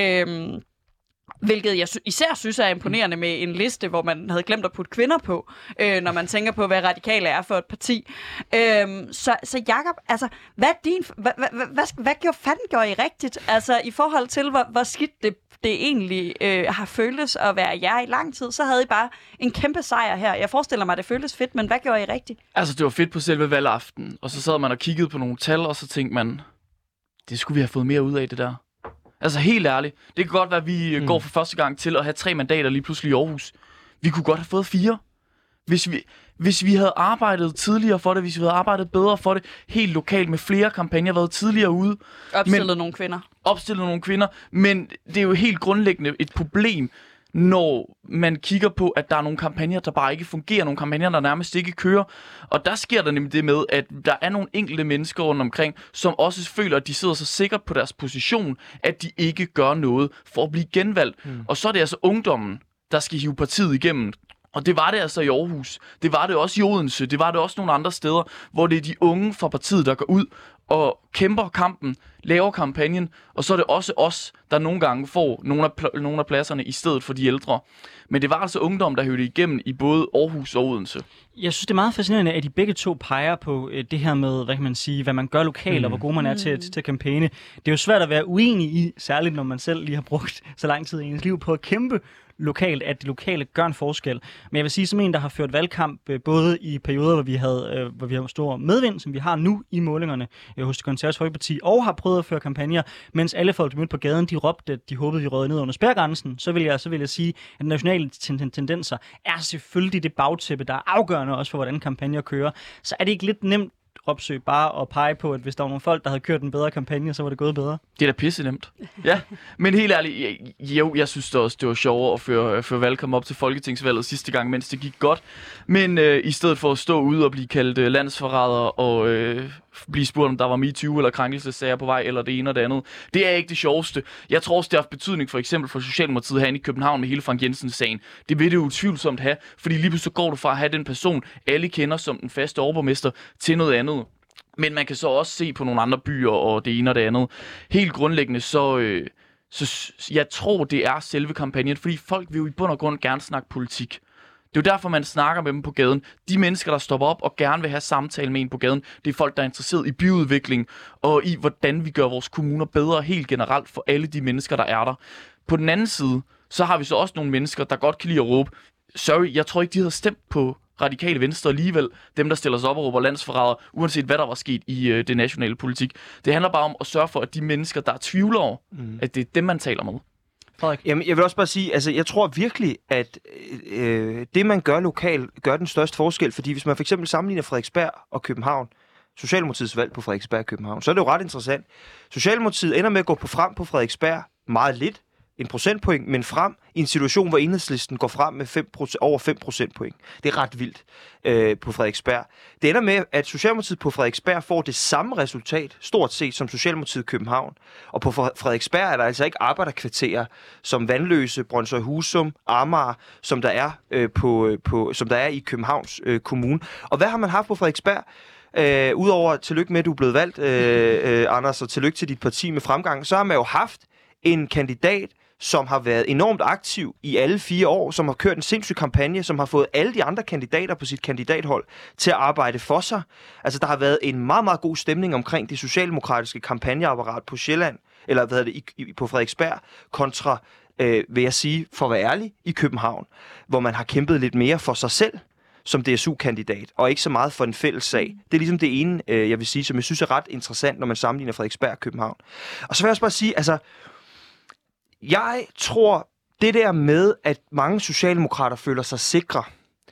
Hvilket jeg især synes er imponerende med en liste, hvor man havde glemt at putte kvinder på, når man tænker på, hvad radikale er for et parti. Så Jacob, altså, hvad fanden gjorde I rigtigt? Altså, i forhold til, hvor skidt det egentlig har føltes at være jer i lang tid, så havde I bare en kæmpe sejr her. Jeg forestiller mig, at det føltes fedt, men hvad gjorde I rigtigt? Altså, det var fedt på selve valgaften, og så sad man og kiggede på nogle tal, og så tænkte man, det skulle vi have fået mere ud af, det der. Altså helt ærligt, det kan godt være, at vi går for første gang til at have 3 mandater lige pludselig i Aarhus. Vi kunne godt have fået 4. Hvis vi havde arbejdet tidligere for det, hvis vi havde arbejdet bedre for det, helt lokalt med flere kampagner, været tidligere ude. Opstillet nogle kvinder. Men det er jo helt grundlæggende et problem, når man kigger på, at der er nogle kampagner, der bare ikke fungerer, nogle kampagner, der nærmest ikke kører. Og der sker der nemlig det med, at der er nogle enkelte mennesker rundt omkring, som også føler, at de sidder så sikkert på deres position, at de ikke gør noget for at blive genvalgt. Og så er det altså ungdommen, der skal hive partiet igennem. Og det var det altså i Aarhus. Det var det også i Odense. Det var det også nogle andre steder, hvor det er de unge fra partiet, der går ud og kæmper kampen, laver kampagnen, og så er det også os, der nogle gange får nogle af pladserne i stedet for de ældre. Men det var altså ungdom, der hørte igennem i både Aarhus og Odense. Jeg synes, det er meget fascinerende, at de begge to peger på det her med, hvad kan man sige, hvad man gør lokalt, og hvor god man er til kampagne. Det er jo svært at være uenig i, særligt når man selv lige har brugt så lang tid i ens liv på at kæmpe lokalt, at det lokale gør en forskel. Men jeg vil sige, som en, der har ført valgkamp, både i perioder, hvor vi har stor medvind, som vi har nu i målingerne hos det Konservative Folkeparti, og har prøvet at føre kampagner, mens alle folk mødte på gaden, de råbte, at de håbede, vi rød ned under spærregrænsen, så vil jeg sige, at nationale tendenser er selvfølgelig det bagtæppe, der er afgørende også for, hvordan kampagner kører. Så er det ikke lidt nemt, Robsøe, bare at pege på, at hvis der var nogle folk, der havde kørt en bedre kampagne, så var det gået bedre? Det er da pisse nemt. Ja, men helt ærligt, jeg synes også, det var sjovere at føre valgkamp op til folketingsvalget sidste gang, mens det gik godt. Men i stedet for at stå ude og blive kaldt landsforræder og blive spurgt, om der var MeToo eller krænkelsesager på vej, eller det ene og det andet. Det er ikke det sjoveste. Jeg tror også, det har haft betydning for eksempel for Socialdemokratiet herinde i København med hele Frank Jensen-sagen. Det vil det utvivlsomt have, fordi lige pludselig går du fra at have den person, alle kender som den faste overborgmester, til noget andet. Men man kan så også se på nogle andre byer og det ene og det andet. Helt grundlæggende, så jeg tror, det er selve kampagnen, fordi folk vil jo i bund og grund gerne snakke politik. Det er jo derfor, man snakker med dem på gaden. De mennesker, der stopper op og gerne vil have samtale med en på gaden, det er folk, der er interesseret i byudvikling og i, hvordan vi gør vores kommuner bedre helt generelt for alle de mennesker, der er der. På den anden side, så har vi så også nogle mennesker, der godt kan lide at råbe, sorry, jeg tror ikke, de havde stemt på Radikale Venstre alligevel, dem der stiller sig op og råber landsforræder, uanset hvad der var sket i det nationale politik. Det handler bare om at sørge for, at de mennesker, der er tvivler over, at det er dem, man taler med. Frederik? Jamen, jeg vil også bare sige, altså jeg tror virkelig, at det man gør lokalt, gør den største forskel, fordi hvis man for eksempel sammenligner Frederiksberg og København, Socialdemokratiets valg på Frederiksberg og København, så er det jo ret interessant. Socialdemokratiet ender med at gå frem på Frederiksberg meget lidt, en procentpoint, men frem i en situation, hvor Enhedslisten går frem med over 5 procentpoint. Det er ret vildt på Frederiksberg. Det ender med, at Socialdemokratiet på Frederiksberg får det samme resultat, stort set, som Socialdemokratiet i København. Og på Frederiksberg er der altså ikke arbejderkvarterer som Vandløse, Brønshøj Husum, Amager, som der er, som der er i Københavns Kommune. Og hvad har man haft på Frederiksberg? Udover tillykke med, at du er blevet valgt, Anders, og tillykke til dit parti med fremgang, så har man jo haft en kandidat, som har været enormt aktiv i alle 4 år, som har kørt en sindssyg kampagne, som har fået alle de andre kandidater på sit kandidathold til at arbejde for sig. Altså, der har været en meget, meget god stemning omkring det socialdemokratiske kampagneapparat på Sjælland, eller på Frederiksberg, kontra, vil jeg sige, for at være ærlig, i København, hvor man har kæmpet lidt mere for sig selv som DSU-kandidat, og ikke så meget for en fælles sag. Det er ligesom det ene, jeg vil sige, som jeg synes er ret interessant, når man sammenligner Frederiksberg og København. Og så vil jeg også bare sige, altså, jeg tror, det der med, at mange socialdemokrater føler sig sikre.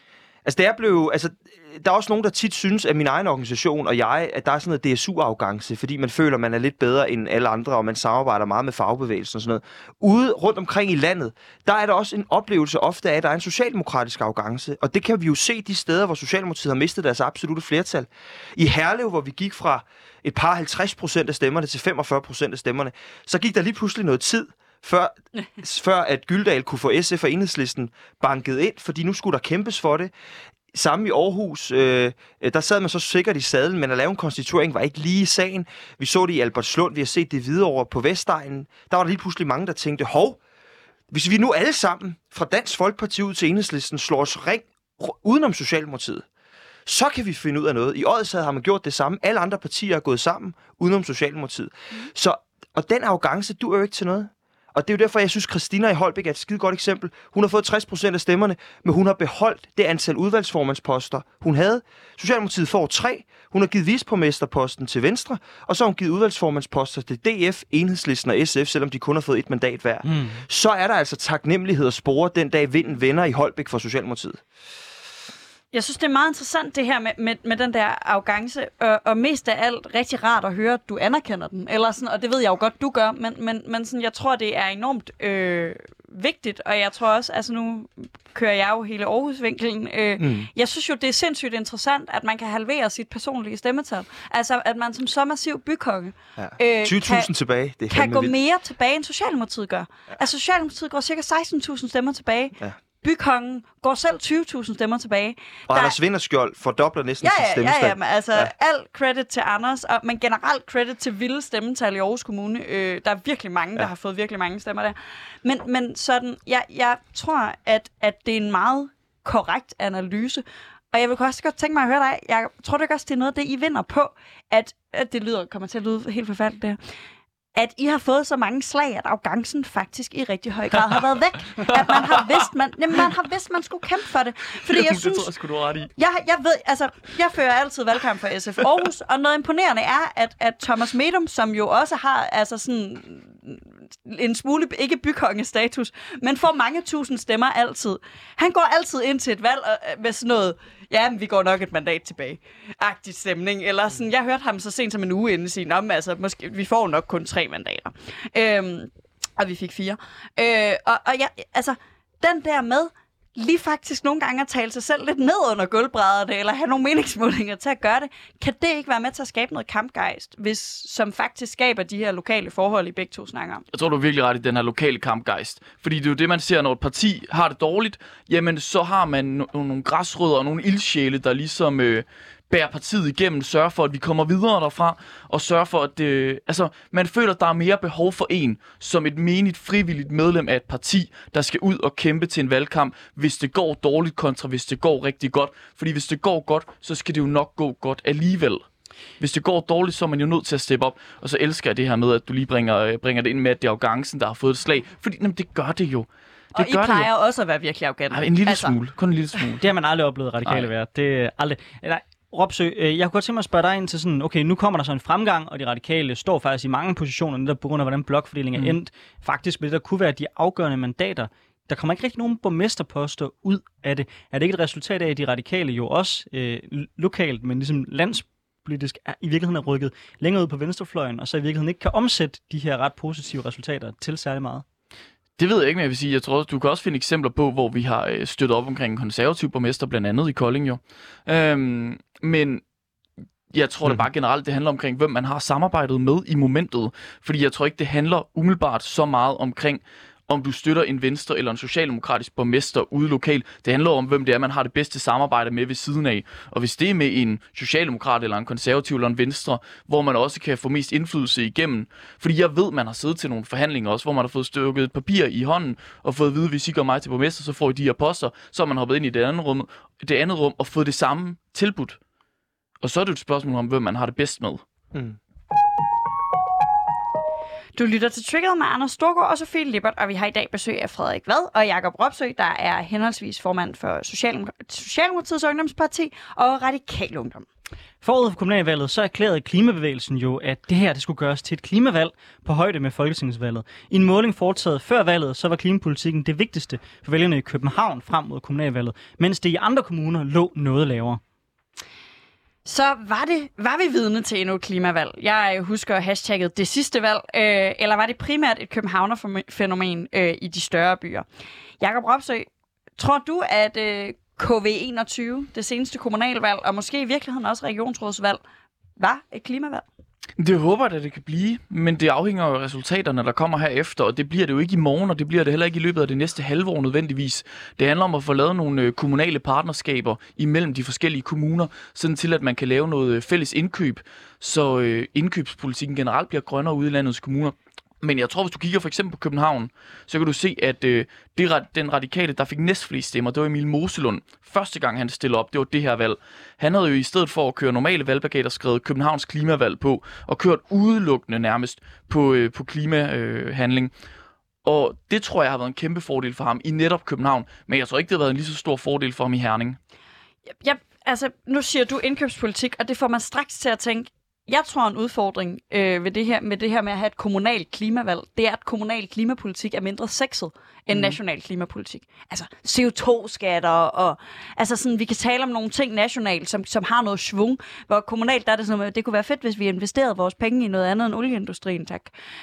Altså, der er også nogen, der tit synes, at min egen organisation og jeg, at der er sådan noget DSU-arrogance, fordi man føler, at man er lidt bedre end alle andre, og man samarbejder meget med fagbevægelsen og sådan noget. Ude rundt omkring i landet, der er der også en oplevelse ofte af, at der er en socialdemokratisk arrogance, og det kan vi jo se de steder, hvor Socialdemokratiet har mistet deres absolutte flertal. I Herlev, hvor vi gik fra et par 50% af stemmerne til 45% af stemmerne, så gik der lige pludselig noget tid, før at Gyldal kunne få SF og Enhedslisten banket ind, fordi nu skulle der kæmpes for det. Samme i Aarhus, der sad man så sikkert i sadlen, men at lave en konstituering var ikke lige sagen. Vi så det i Albertslund, vi har set det videre over på Vestegnen. Der var der lige pludselig mange, der tænkte, hvis vi nu alle sammen fra Dansk Folkeparti ud til Enhedslisten slår os ring udenom Socialdemokratiet, så kan vi finde ud af noget. I Odsherred har man gjort det samme. Alle andre partier er gået sammen udenom Socialdemokratiet. Og den arrogance, du er jo ikke til noget. Og det er jo derfor, jeg synes, Christina i Holbæk er et skide godt eksempel. Hun har fået 60% af stemmerne, men hun har beholdt det antal udvalgsformandsposter, hun havde. Socialdemokratiet får 3. Hun har givet viceborgmesterposten til Venstre, og så har hun givet udvalgsformandsposter til DF, Enhedslisten og SF, selvom de kun har fået 1 mandat hver. Så er der altså taknemmelighed at spore den dag vinden vender i Holbæk for Socialdemokratiet. Jeg synes, det er meget interessant, det her med den der arrogance, og mest af alt rigtig rart at høre, at du anerkender den. Eller sådan, og det ved jeg jo godt, du gør, men sådan, jeg tror, det er enormt vigtigt, og jeg tror også, altså nu kører jeg jo hele Aarhus-vinkelen. Jeg synes jo, det er sindssygt interessant, at man kan halvere sit personlige stemmetal. Altså, at man som så massiv bykonge 20.000 tilbage, det kan gå mere tilbage, end Socialdemokratiet gør. Ja. Altså, Socialdemokratiet går cirka 16.000 stemmer tilbage. Ja. Bykongen går selv 20.000 stemmer tilbage. Og Anders Vinderskjold fordobler næsten sit stemmetal. Ja, men altså alt credit til Anders, men generelt credit til vilde stemmetal i Aarhus Kommune. Der er virkelig mange, der har fået virkelig mange stemmer der. Men sådan, jeg tror, at det er en meget korrekt analyse. Og jeg vil også godt tænke mig at høre dig. Jeg tror ikke også, det er noget af det, I vinder på, at det kommer til at lyde helt forfærdeligt det her. At I har fået så mange slag, at arrogancen faktisk i rigtig høj grad har været væk. At man har vidst, man skulle kæmpe for det. Fordi jeg synes, det tror jeg sgu, du har ret i. Jeg ved, altså, jeg fører altid valgkamp for SF Aarhus, og noget imponerende er, at Thomas Medom, som jo også har altså sådan en smule, ikke bykongestatus, men får mange tusind stemmer altid. Han går altid ind til et valg med sådan noget, ja, men vi går nok et mandat tilbage. Agtig stemning. Eller sådan, jeg hørte ham så sent som en uge inden sige, altså, måske, vi får nok kun 3 mandater. Og vi fik 4. Og jeg, altså, den der med, lige faktisk nogle gange at tale sig selv lidt ned under gulvbrædderne, eller have nogle meningsmålinger til at gøre det, kan det ikke være med til at skabe noget kampgejst, som faktisk skaber de her lokale forhold, I begge to snakker om? Jeg tror, du er virkelig ret i den her lokale kampgejst. Fordi det er jo det, man ser, når et parti har det dårligt, jamen så har man nogle græsrødder og nogle ildsjæle, der ligesom bærer partiet igennem, sørger for, at vi kommer videre derfra, og sørger for, at man føler, at der er mere behov for en, som et menigt, frivilligt medlem af et parti, der skal ud og kæmpe til en valgkamp, hvis det går dårligt kontra, hvis det går rigtig godt. Fordi hvis det går godt, så skal det jo nok gå godt alligevel. Hvis det går dårligt, så er man jo nødt til at steppe op. Og så elsker jeg det her med, at du lige bringer det ind med, at det er arrogancen, der har fået et slag. Fordi det gør det jo. Og I plejer også at være virkelig arrogante. En lille smule. Kun en lille smule. Det har man aldrig oplevet radikale være. Det er aldrig... Nej. Robsø, jeg kunne godt tænke mig at spørge dig ind til sådan, okay, nu kommer der så en fremgang, og de radikale står faktisk i mange positioner, netop på grund af, hvordan blokfordelingen er endt. Faktisk med det, der kunne være de afgørende mandater. Der kommer ikke rigtig nogen borgmesterposter ud af det. Er det ikke et resultat af, at de radikale jo også lokalt, men ligesom landspolitisk, i virkeligheden er rykket længere ud på venstrefløjen, og så i virkeligheden ikke kan omsætte de her ret positive resultater til særlig meget? Det ved jeg ikke, men jeg vil sige, jeg tror, du kan også finde eksempler på, hvor vi har støttet op omkring en konservativ borgmester, blandt andet i Kolding jo. Men jeg tror det bare generelt, det handler omkring, hvem man har samarbejdet med i momentet. Fordi jeg tror ikke, det handler umiddelbart så meget omkring, om du støtter en venstre eller en socialdemokratisk borgmester ude lokalt. Det handler om, hvem det er, man har det bedste samarbejde med ved siden af. Og hvis det er med en socialdemokrat eller en konservativ eller en venstre, hvor man også kan få mest indflydelse igennem. Fordi jeg ved, man har siddet til nogle forhandlinger også, hvor man har fået stykket et papir i hånden og fået at vide, hvis I gør mig til borgmester, så får I de her poster. Så har man hoppet ind i det andet rum og fået det samme tilbudt. Og så er det et spørgsmål om, hvem man har det bedst med. Du lytter til Triggered med Anders Storgård og Sofie Lippert, og vi har i dag besøg af Frederik Vad og Jakob Robsø, der er henholdsvis formand for Socialdemokratiets Ungdomsparti og Radikal Ungdom. Forud for kommunalvalget, så erklærede klimabevægelsen jo, at det her det skulle gøres til et klimavalg på højde med folketingsvalget. I en måling foretaget før valget, så var klimapolitikken det vigtigste for vælgerne i København frem mod kommunalvalget, mens det i andre kommuner lå noget lavere. Så var vi vidne til endnu et klimavalg. Jeg husker hashtagget det sidste valg, eller var det primært et københavnerfænomen i de større byer? Jakob Robsø, tror du, at KV21, det seneste kommunalvalg, og måske i virkeligheden også regionsrådsvalg, var et klimavalg? Det håber jeg, at det kan blive, men det afhænger af resultaterne, der kommer herefter, og det bliver det jo ikke i morgen, og det bliver det heller ikke i løbet af det næste halvår nødvendigvis. Det handler om at få lavet nogle kommunale partnerskaber imellem de forskellige kommuner, sådan til at man kan lave noget fælles indkøb, så indkøbspolitikken generelt bliver grønnere ude i landets kommuner. Men jeg tror, hvis du kigger for eksempel på København, så kan du se, at den radikale, der fik næstflest stemmer, det var Emil Moselund. Første gang han stillede op, det var det her valg. Han havde jo i stedet for at køre normale valgplakater skrevet Københavns klimavalg på, og kørt udelukkende nærmest på klimahandling. Og det tror jeg har været en kæmpe fordel for ham i netop København. Men jeg tror ikke, det har været en lige så stor fordel for ham i Herning. Altså, nu siger du indkøbspolitik, og det får man straks til at tænke, jeg tror en udfordring med det her med at have et kommunalt klimavalg, det er, at kommunal klimapolitik er mindre sexet end national klimapolitik. Altså CO2-skatter og altså sådan, vi kan tale om nogle ting nationalt, som har noget svung, hvor kommunalt der er det sådan, det kunne være fedt, hvis vi investerede vores penge i noget andet end olieindustrien, tak.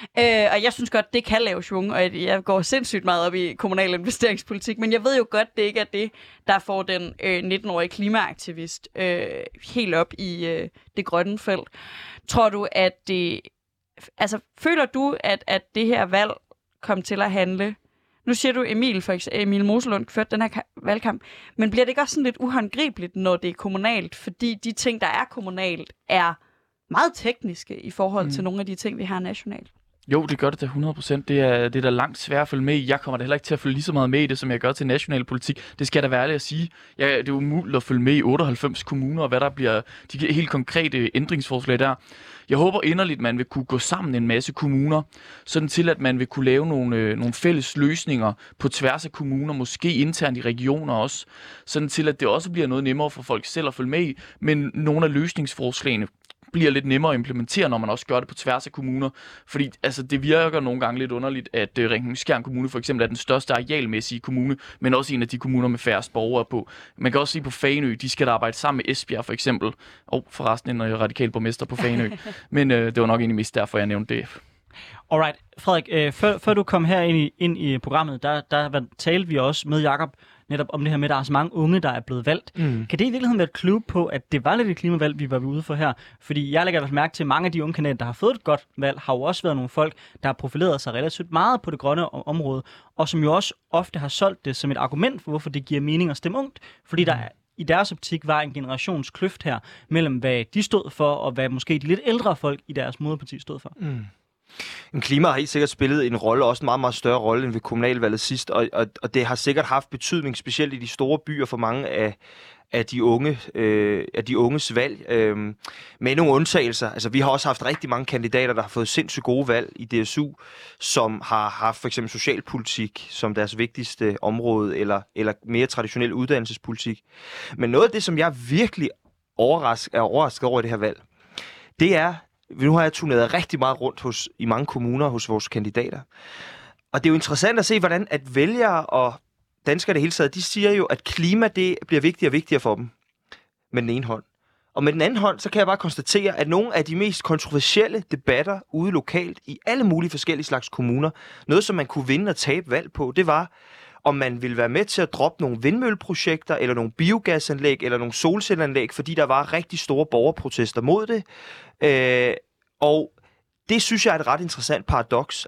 Og jeg synes godt, det kan lave svung, og jeg går sindssygt meget op i kommunal investeringspolitik, men jeg ved jo godt, det ikke er det, der får den 19-årige klimaaktivist helt op i det grønne felt. Tror du, at det... Altså, føler du, at det her valg kom til at handle... Nu siger du, Emil Moselund førte den her valgkamp, men bliver det ikke også sådan lidt uhåndgribeligt, når det er kommunalt? Fordi de ting, der er kommunalt, er meget tekniske i forhold til nogle af de ting, vi har nationalt. Jo, det gør det da 100%. Det er da langt svært at følge med i. Jeg kommer da heller ikke til at følge lige så meget med i det, som jeg gør til national politik. Det skal jeg da være ærlig at sige. Det er umuligt at følge med i 98 kommuner, og hvad der bliver de helt konkrete ændringsforslag der. Jeg håber inderligt, at man vil kunne gå sammen en masse kommuner, sådan til, at man vil kunne lave nogle fælles løsninger på tværs af kommuner, måske internt i regioner også, sådan til, at det også bliver noget nemmere for folk selv at følge med i, men nogle af løsningsforslagene bliver lidt nemmere at implementere, når man også gør det på tværs af kommuner. Fordi altså, det virker nogle gange lidt underligt, at Ringkøbing-Skjern Kommune for eksempel er den største arealmæssige kommune, men også en af de kommuner med færrest borgere på. Man kan også se på Fanø, de skal arbejde sammen med Esbjerg for eksempel. Forresten en radikal borgmester på Fanø. Men det var nok egentlig mest derfor, jeg nævnte det. Alright, Frederik, før du kom her ind i programmet, der talte vi også med Jakob netop om det her med, at der er så mange unge, der er blevet valgt. Kan det i virkeligheden være et clue på, at det var lidt et klimavalg, vi var ude for her? Fordi jeg lægger i hvert fald mærke til, at mange af de unge kandidater, der har fået et godt valg, har jo også været nogle folk, der har profileret sig relativt meget på det grønne område, og som jo også ofte har solgt det som et argument for, hvorfor det giver mening at stemme ungt. Fordi der i deres optik var en generationskløft her, mellem hvad de stod for, og hvad måske de lidt ældre folk i deres moderparti stod for. En klima har helt sikkert spillet en rolle, også en meget, meget større rolle end ved kommunalvalget sidst, og det har sikkert haft betydning, specielt i de store byer for mange af de unges valg, med nogle undtagelser. Altså, vi har også haft rigtig mange kandidater, der har fået sindssygt gode valg i DSU, som har haft for eksempel socialpolitik som deres vigtigste område, eller mere traditionel uddannelsespolitik. Men noget af det, som jeg virkelig er overrasket over i det her valg, det er, nu har jeg turneret rigtig meget rundt i mange kommuner hos vores kandidater. Og det er jo interessant at se, hvordan at vælgere og danskere det hele taget, de siger jo, at klima det bliver vigtigere og vigtigere for dem med den ene hånd. Og med den anden hånd, så kan jeg bare konstatere, at nogle af de mest kontroversielle debatter ude lokalt i alle mulige forskellige slags kommuner, noget som man kunne vinde og tabe valg på, det var, om man ville være med til at droppe nogle vindmølleprojekter, eller nogle biogasanlæg, eller nogle solcelleanlæg, fordi der var rigtig store borgerprotester mod det. Og det synes jeg er et ret interessant paradoks.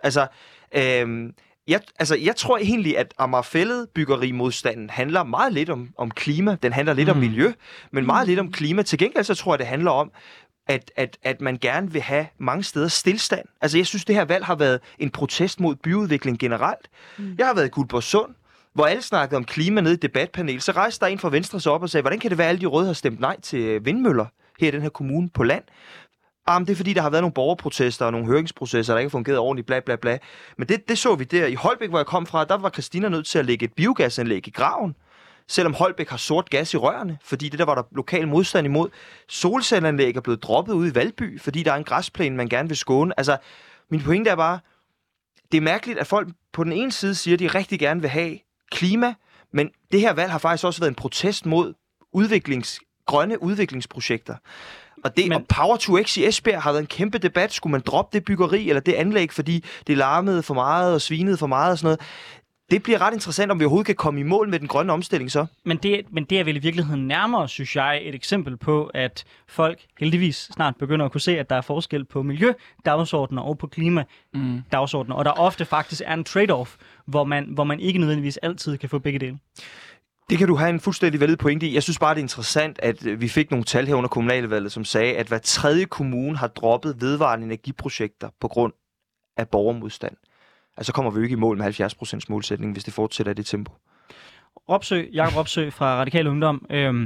Jeg tror egentlig, at Amagerfælled byggerimodstanden handler meget lidt om klima. Den handler lidt om miljø, men meget lidt om klima. Til gengæld så tror jeg, det handler om, at man gerne vil have mange steder stillstand. Altså, jeg synes, det her valg har været en protest mod byudvikling generelt. Jeg har været i Guldborgsund, hvor alle snakkede om klima nede i debatpanel. Så rejste der en fra Venstre sig op og sagde, hvordan kan det være, at alle de røde har stemt nej til vindmøller her i den her kommune på land? Det er fordi, der har været nogle borgerprotester og nogle høringsprocesser, der ikke har fungeret ordentligt, bla bla bla. Men det så vi der. I Holbæk, hvor jeg kom fra, der var Christina nødt til at lægge et biogasanlæg i graven, selvom Holbæk har sort gas i rørene, fordi det der var der lokal modstand imod. Solcelleanlæg er blevet droppet ude i Valby, fordi der er en græsplæne, man gerne vil skåne. Altså, min pointe er bare, det er mærkeligt, at folk på den ene side siger, at de rigtig gerne vil have klima, men det her valg har faktisk også været en protest mod grønne udviklingsprojekter. Og Power to X i Esbjerg har været en kæmpe debat. Skulle man droppe det byggeri eller det anlæg, fordi det larmede for meget og svinede for meget og sådan noget. Det bliver ret interessant, om vi overhovedet kan komme i mål med den grønne omstilling så. Men det er vel i virkeligheden nærmere, synes jeg, et eksempel på, at folk heldigvis snart begynder at kunne se, at der er forskel på miljødagsordner og på klimadagsordner, og der ofte faktisk er en trade-off, hvor man ikke nødvendigvis altid kan få begge dele. Det kan du have en fuldstændig valid pointe i. Jeg synes bare, det er interessant, at vi fik nogle tal her under kommunalvalget, som sagde, at hver tredje kommune har droppet vedvarende energiprojekter på grund af borgermodstand. Altså kommer vi jo ikke i mål med 70% målsætning, hvis det fortsætter i det tempo. Jakob Robsø fra Radikal Ungdom.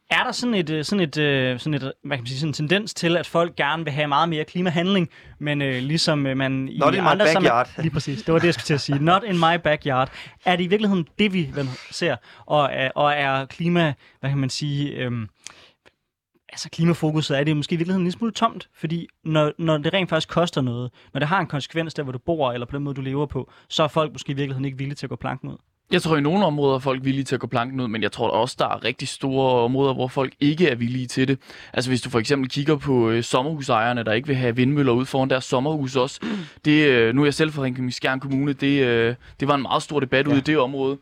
Er der sådan et hvad kan man sige, sådan en tendens til, at folk gerne vil have meget mere klimahandling, men ligesom man i Not in my andre backyard. lige præcis, det var det, jeg skulle til at sige. Not in my backyard. Er det i virkeligheden det, vi ser? Og er klima, hvad kan man sige, altså klimafokuset, er det måske i virkeligheden en lille smule tomt? Fordi når det rent faktisk koster noget, når det har en konsekvens der, hvor du bor, eller på den måde, du lever på, så er folk måske i virkeligheden ikke villige til at gå planken ud. Jeg tror, i nogle områder er folk villige til at gå planken ud, men jeg tror også, der er rigtig store områder, hvor folk ikke er villige til det. Altså hvis du for eksempel kigger på sommerhusejerne, der ikke vil have vindmøller ud foran deres sommerhus også. Nu er jeg selv fra Ringkøbing-Skjern Kommune. Det var en meget stor debat ude i det område.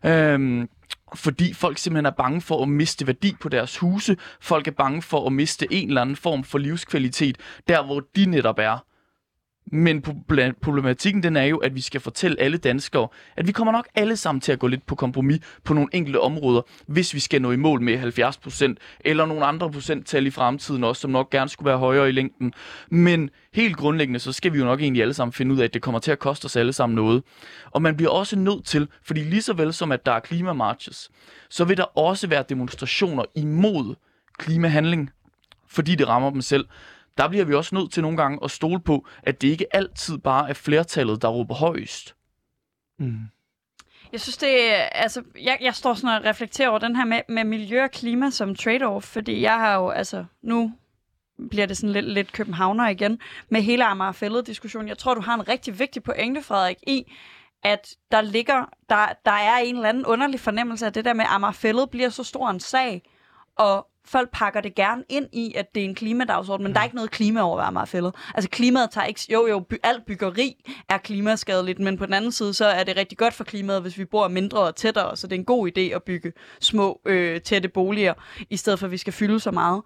Fordi folk simpelthen er bange for at miste værdi på deres huse. Folk er bange for at miste en eller anden form for livskvalitet, der hvor de netop er. Men problematikken den er jo, at vi skal fortælle alle danskere, at vi kommer nok alle sammen til at gå lidt på kompromis på nogle enkelte områder, hvis vi skal nå i mål med 70%, eller nogle andre procenttal i fremtiden også, som nok gerne skulle være højere i længden. Men helt grundlæggende, så skal vi jo nok egentlig alle sammen finde ud af, at det kommer til at koste os alle sammen noget. Og man bliver også nødt til, fordi lige så vel som at der er klimamarches, så vil der også være demonstrationer imod klimahandling, fordi det rammer dem selv. Der bliver vi også nødt til nogle gange at stole på, at det ikke altid bare er flertallet, der råber højst. Jeg synes, jeg står sådan og reflekterer over den her med miljø og klima som trade-off, fordi jeg har jo, nu bliver det sådan lidt københavner igen, med hele Amager Fælled-diskussionen. Jeg tror, du har en rigtig vigtig pointe, Frederik, i, at der er en eller anden underlig fornemmelse af det der med, at Amager Fælled bliver så stor en sag, og folk pakker det gerne ind i, at det er en klimadagsorden, men der er ikke noget klima over Amager Fælled. Altså klimaet tager ikke... alt byggeri er klimaskadeligt, men på den anden side, så er det rigtig godt for klimaet, hvis vi bor mindre og tættere, så det er en god idé at bygge små, tætte boliger, i stedet for, at vi skal fylde så meget.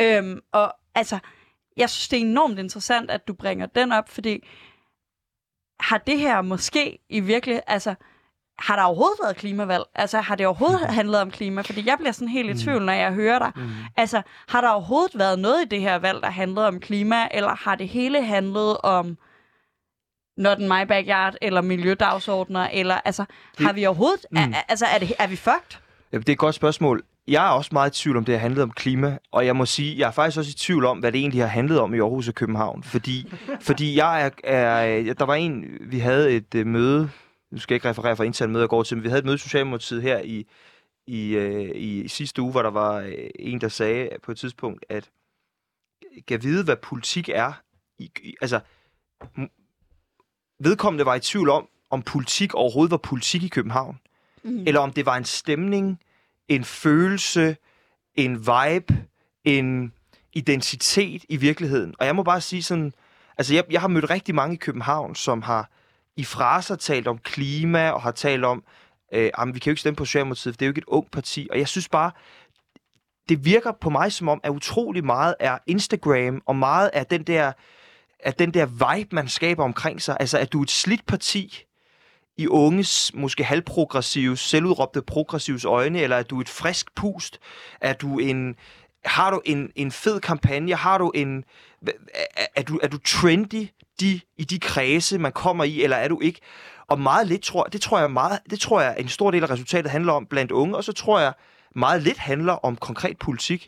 Jeg synes, det er enormt interessant, at du bringer den op, fordi har det her måske i virkeligheden... Har der overhovedet været klimavalg? Altså, har det overhovedet handlet om klima? Fordi jeg bliver sådan helt i tvivl, når jeg hører dig. Altså, har der overhovedet været noget i det her valg, der handlede om klima, eller har det hele handlet om not in my backyard, eller miljødagsordner, eller har vi overhovedet... Er vi fucked? Ja, det er et godt spørgsmål. Jeg er også meget i tvivl om, det har handlet om klima, og jeg må sige, jeg er faktisk også i tvivl om, hvad det egentlig har handlet om i Aarhus og København. Fordi der var vi havde et møde. Nu skal jeg ikke referere fra internt møde, jeg går til, men vi havde et møde i Socialdemokratiet her i sidste uge, hvor der var en, der sagde på et tidspunkt, at kan vide, hvad politik er. Vedkommende var i tvivl om politik overhovedet var politik i København. Eller om det var en stemning, en følelse, en vibe, en identitet i virkeligheden. Og jeg må bare sige sådan, jeg har mødt rigtig mange i København, som har i fraser talt om klima, og har talt om, vi kan jo ikke stemme på Socialdemokratiet, for det er jo ikke et ungt parti. Og jeg synes bare, det virker på mig som om, at utrolig meget er Instagram, og meget er den der vibe, man skaber omkring sig. Altså, at du er et slidt parti i unges, måske halvprogressives, selvudråbte progressives øjne, eller at du er et frisk pust, har du en fed kampagne, er du trendy i de kredse, man kommer i, eller er du ikke? Og meget lidt det tror jeg en stor del af resultatet handler om blandt unge, og så tror jeg meget lidt handler om konkret politik.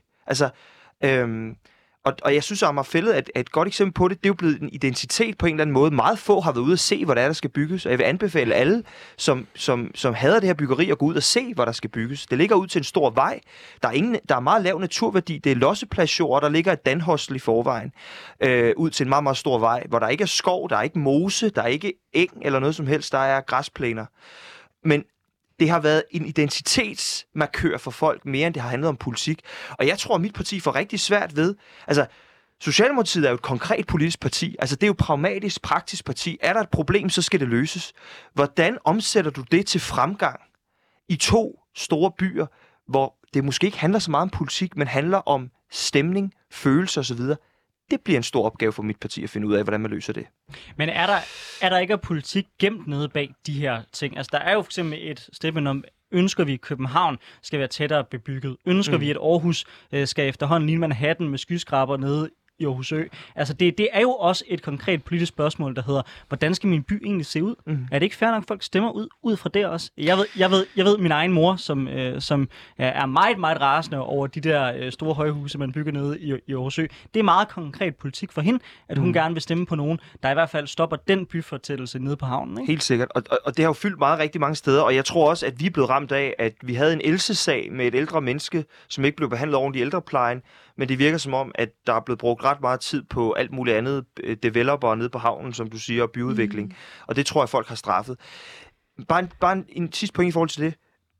Og jeg synes, at Amager Fælled er et godt eksempel på det. Det er jo blevet en identitet på en eller anden måde. Meget få har været ude at se, hvor der skal bygges. Og jeg vil anbefale alle, som hader det her byggeri, at gå ud og se, hvor der skal bygges. Det ligger ud til en stor vej. Der er meget lav naturværdi. Det er lossepladsjord, der ligger et danhostel i forvejen. Ud til en meget, meget stor vej, hvor der ikke er skov, der er ikke mose, der er ikke eng eller noget som helst. Der er græsplæner. Men det har været en identitetsmarkør for folk, mere end det har handlet om politik. Og jeg tror, at mit parti får rigtig svært ved... Socialdemokratiet er jo et konkret politisk parti. Det er jo et pragmatisk, praktisk parti. Er der et problem, så skal det løses. Hvordan omsætter du det til fremgang i 2 store byer, hvor det måske ikke handler så meget om politik, men handler om stemning, følelser osv.? Det bliver en stor opgave for mit parti at finde ud af, hvordan man løser det. Men er der ikke politik gemt nede bag de her ting? Der er jo for eksempel et statement om, ønsker vi, at København skal være tættere bebygget? Ønsker vi, at Aarhus skal efterhånden ligne Manhattan med skyskraber nede i Aarhus Ø. Altså det er jo også et konkret politisk spørgsmål, der hedder, hvordan skal min by egentlig se ud? Er det ikke fair nok, at folk stemmer ud fra det også? Jeg ved min egen mor, som er meget, meget rasende over de der store højhuse, man bygger nede i Aarhus Ø. Det er meget konkret politik for hende, at hun gerne vil stemme på nogen, der i hvert fald stopper den byfortættelse nede på havnen. Ikke? Helt sikkert, og det har jo fyldt meget rigtig mange steder, og jeg tror også, at vi er blevet ramt af, at vi havde en Else-sag med et ældre menneske, som ikke blev behandlet ordentligt i ældreplejen, men det virker som om, at der er blevet brugt ret meget tid på alt muligt andet, developer nede på havnen, som du siger, og byudvikling, og det tror jeg, folk har straffet. Bare en sidste point i forhold til det.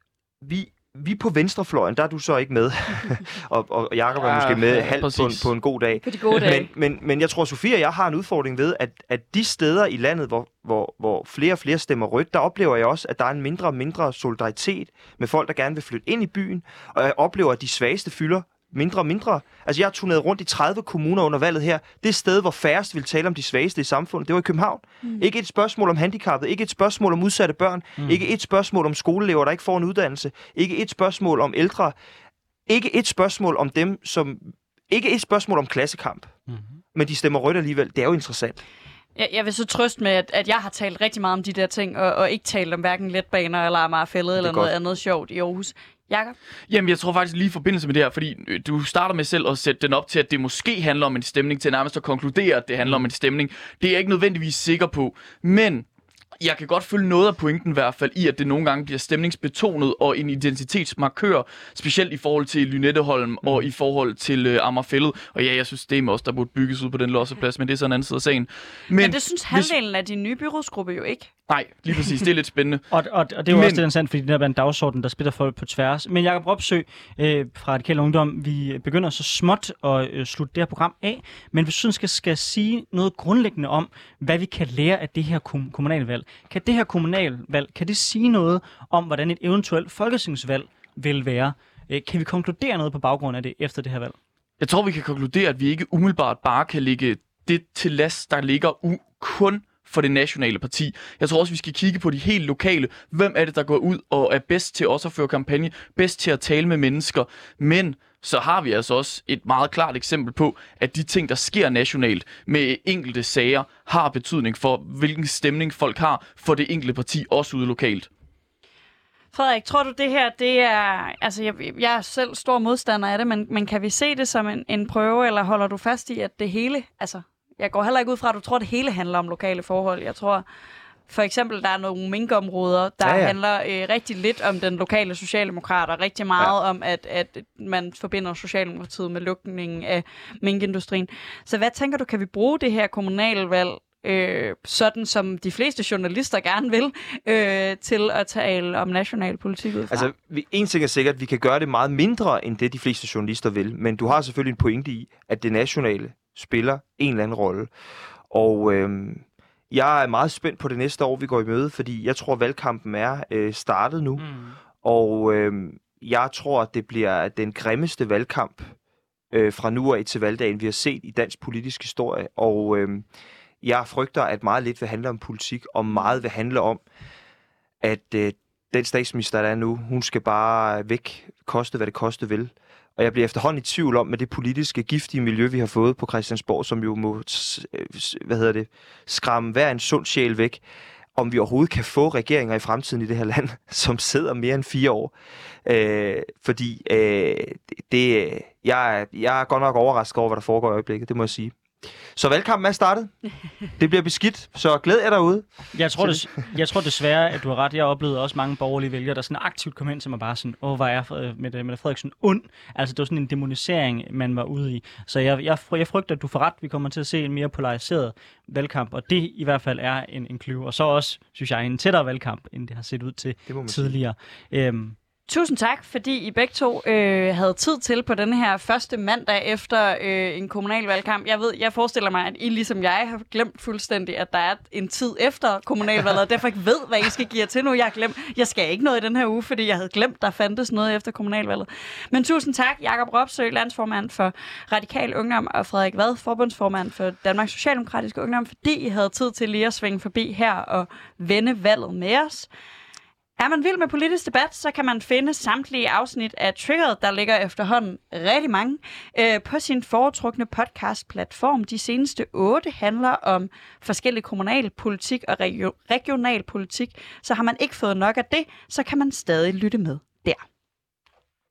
Vi på venstrefløjen, der er du så ikke med, og Jakob er måske med halvt på en god dag. På de gode dage. Men jeg tror, Sofie og jeg har en udfordring ved, at de steder i landet, hvor flere og flere stemmer rødt, der oplever jeg også, at der er en mindre og mindre solidaritet med folk, der gerne vil flytte ind i byen, og jeg oplever, at de svageste fylder mindre og mindre. Altså, jeg har turneret rundt i 30 kommuner under valget her. Det sted, hvor færrest vil tale om de svageste i samfundet, det var i København. Ikke et spørgsmål om handicappede, ikke et spørgsmål om udsatte børn, ikke et spørgsmål om skoleelever, der ikke får en uddannelse, ikke et spørgsmål om ældre, ikke et spørgsmål om dem, ikke et spørgsmål om klassekamp. Men de stemmer rødt alligevel. Det er jo interessant. Jeg vil så trøste med, at jeg har talt rigtig meget om de der ting, og ikke talt om hverken letbaner eller Amagerfælled eller noget andet sjovt i Aarhus. Jakob? Jamen, jeg tror faktisk lige i forbindelse med det her, fordi du starter med selv at sætte den op til, at det måske handler om en stemning, til nærmest at konkludere, at det handler om en stemning. Det er jeg ikke nødvendigvis sikker på, men jeg kan godt følge noget af pointen i hvert fald i, at det nogle gange bliver stemningsbetonet og en identitetsmarkør, specielt i forhold til Lynetteholm og i forhold til Amagerfælled. Og ja, jeg synes, det er også, der burde bygges ud på den losseplads, men det er sådan en anden side af sagen. Men det synes halvdelen af din nye byrådsgruppe jo ikke. Nej, lige præcis. Det er lidt spændende. og det er jo også det, der er sandt, fordi det er en dagsorden, der splitter folk på tværs. Men Jakob Robsøe fra Radikal Ungdom, vi begynder så småt at slutte det her program af, men vi synes, skal sige noget grundlæggende om, hvad vi kan lære af det her kommunalvalg. Kan det her kommunalvalg, kan det sige noget om, hvordan et eventuelt folketingsvalg vil være? Kan vi konkludere noget på baggrund af det efter det her valg? Jeg tror, vi kan konkludere, at vi ikke umiddelbart bare kan lægge det til last, der ligger kun for det nationale parti. Jeg tror også, vi skal kigge på de helt lokale. Hvem er det, der går ud og er bedst til også at føre kampagne, bedst til at tale med mennesker? Men så har vi altså også et meget klart eksempel på, at de ting, der sker nationalt med enkelte sager, har betydning for, hvilken stemning folk har for det enkelte parti, også ude lokalt. Frederik, tror du det her, det er... Altså, jeg er selv stor modstander af det, men kan vi se det som en prøve, eller holder du fast i, at det hele... Altså, jeg går heller ikke ud fra, at du tror, at det hele handler om lokale forhold. Jeg tror for eksempel, der er nogle minkområder, der handler rigtig lidt om den lokale socialdemokrater, rigtig meget om, at man forbinder Socialdemokratiet med lukningen af minkindustrien. Så hvad tænker du, kan vi bruge det her kommunalvalg, sådan som de fleste journalister gerne vil, til at tale om national politik ud fra? Altså, en ting er sikkert, at vi kan gøre det meget mindre, end det de fleste journalister vil, men du har selvfølgelig en pointe i, at det nationale spiller en eller anden rolle. Og jeg er meget spændt på det næste år, vi går i møde, fordi jeg tror, at valgkampen er startet nu. Og jeg tror, at det bliver den grimmeste valgkamp fra nu af til valgdagen, vi har set i dansk politisk historie. Og jeg frygter, at meget lidt vil handle om politik, og meget vil handle om, at den statsminister, der er nu, hun skal bare væk, koste hvad det koste vil. Og jeg bliver efterhånden i tvivl om, med det politiske, giftige miljø, vi har fået på Christiansborg, som jo må, skræmme hver en sund sjæl væk, om vi overhovedet kan få regeringer i fremtiden i det her land, som sidder mere end 4 år. Fordi jeg er godt nok overrasket over, hvad der foregår i øjeblikket, det må jeg sige. Så valgkampen er startet. Det bliver beskidt, så glæd jer derude. Jeg tror desværre, at du har ret. Jeg oplevede også mange borgerlige vælgere, der sådan aktivt kom ind til mig bare sådan, hvor er Mette Frederiksen ond? Altså, det var sådan en demonisering, man var ude i. Så jeg frygter, at du får ret. Vi kommer til at se en mere polariseret valgkamp, og det i hvert fald er en kløve. Og så også, synes jeg, en tættere valgkamp, end det har set ud til tidligere. Tusind tak, fordi I begge to havde tid til på denne her første mandag efter en kommunalvalgkamp. Jeg forestiller mig, at I ligesom jeg har glemt fuldstændig, at der er en tid efter kommunalvalget, og derfor ikke ved, hvad I skal give jer til nu. Jeg skal ikke noget i den her uge, fordi jeg havde glemt, der fandtes noget efter kommunalvalget. Men tusind tak, Jakob Robsøe, landsformand for Radikal Ungdom, og Frederik Vad, forbundsformand for Danmarks Socialdemokratiske Ungdom, fordi I havde tid til lige at svinge forbi her og vende valget med os. Er man vild med politisk debat, så kan man finde samtlige afsnit af Triggered, der ligger efterhånden rigtig mange, på sin foretrukne podcast-platform. De seneste 8 handler om forskellig kommunalpolitik og regionalpolitik. Så har man ikke fået nok af det, så kan man stadig lytte med der.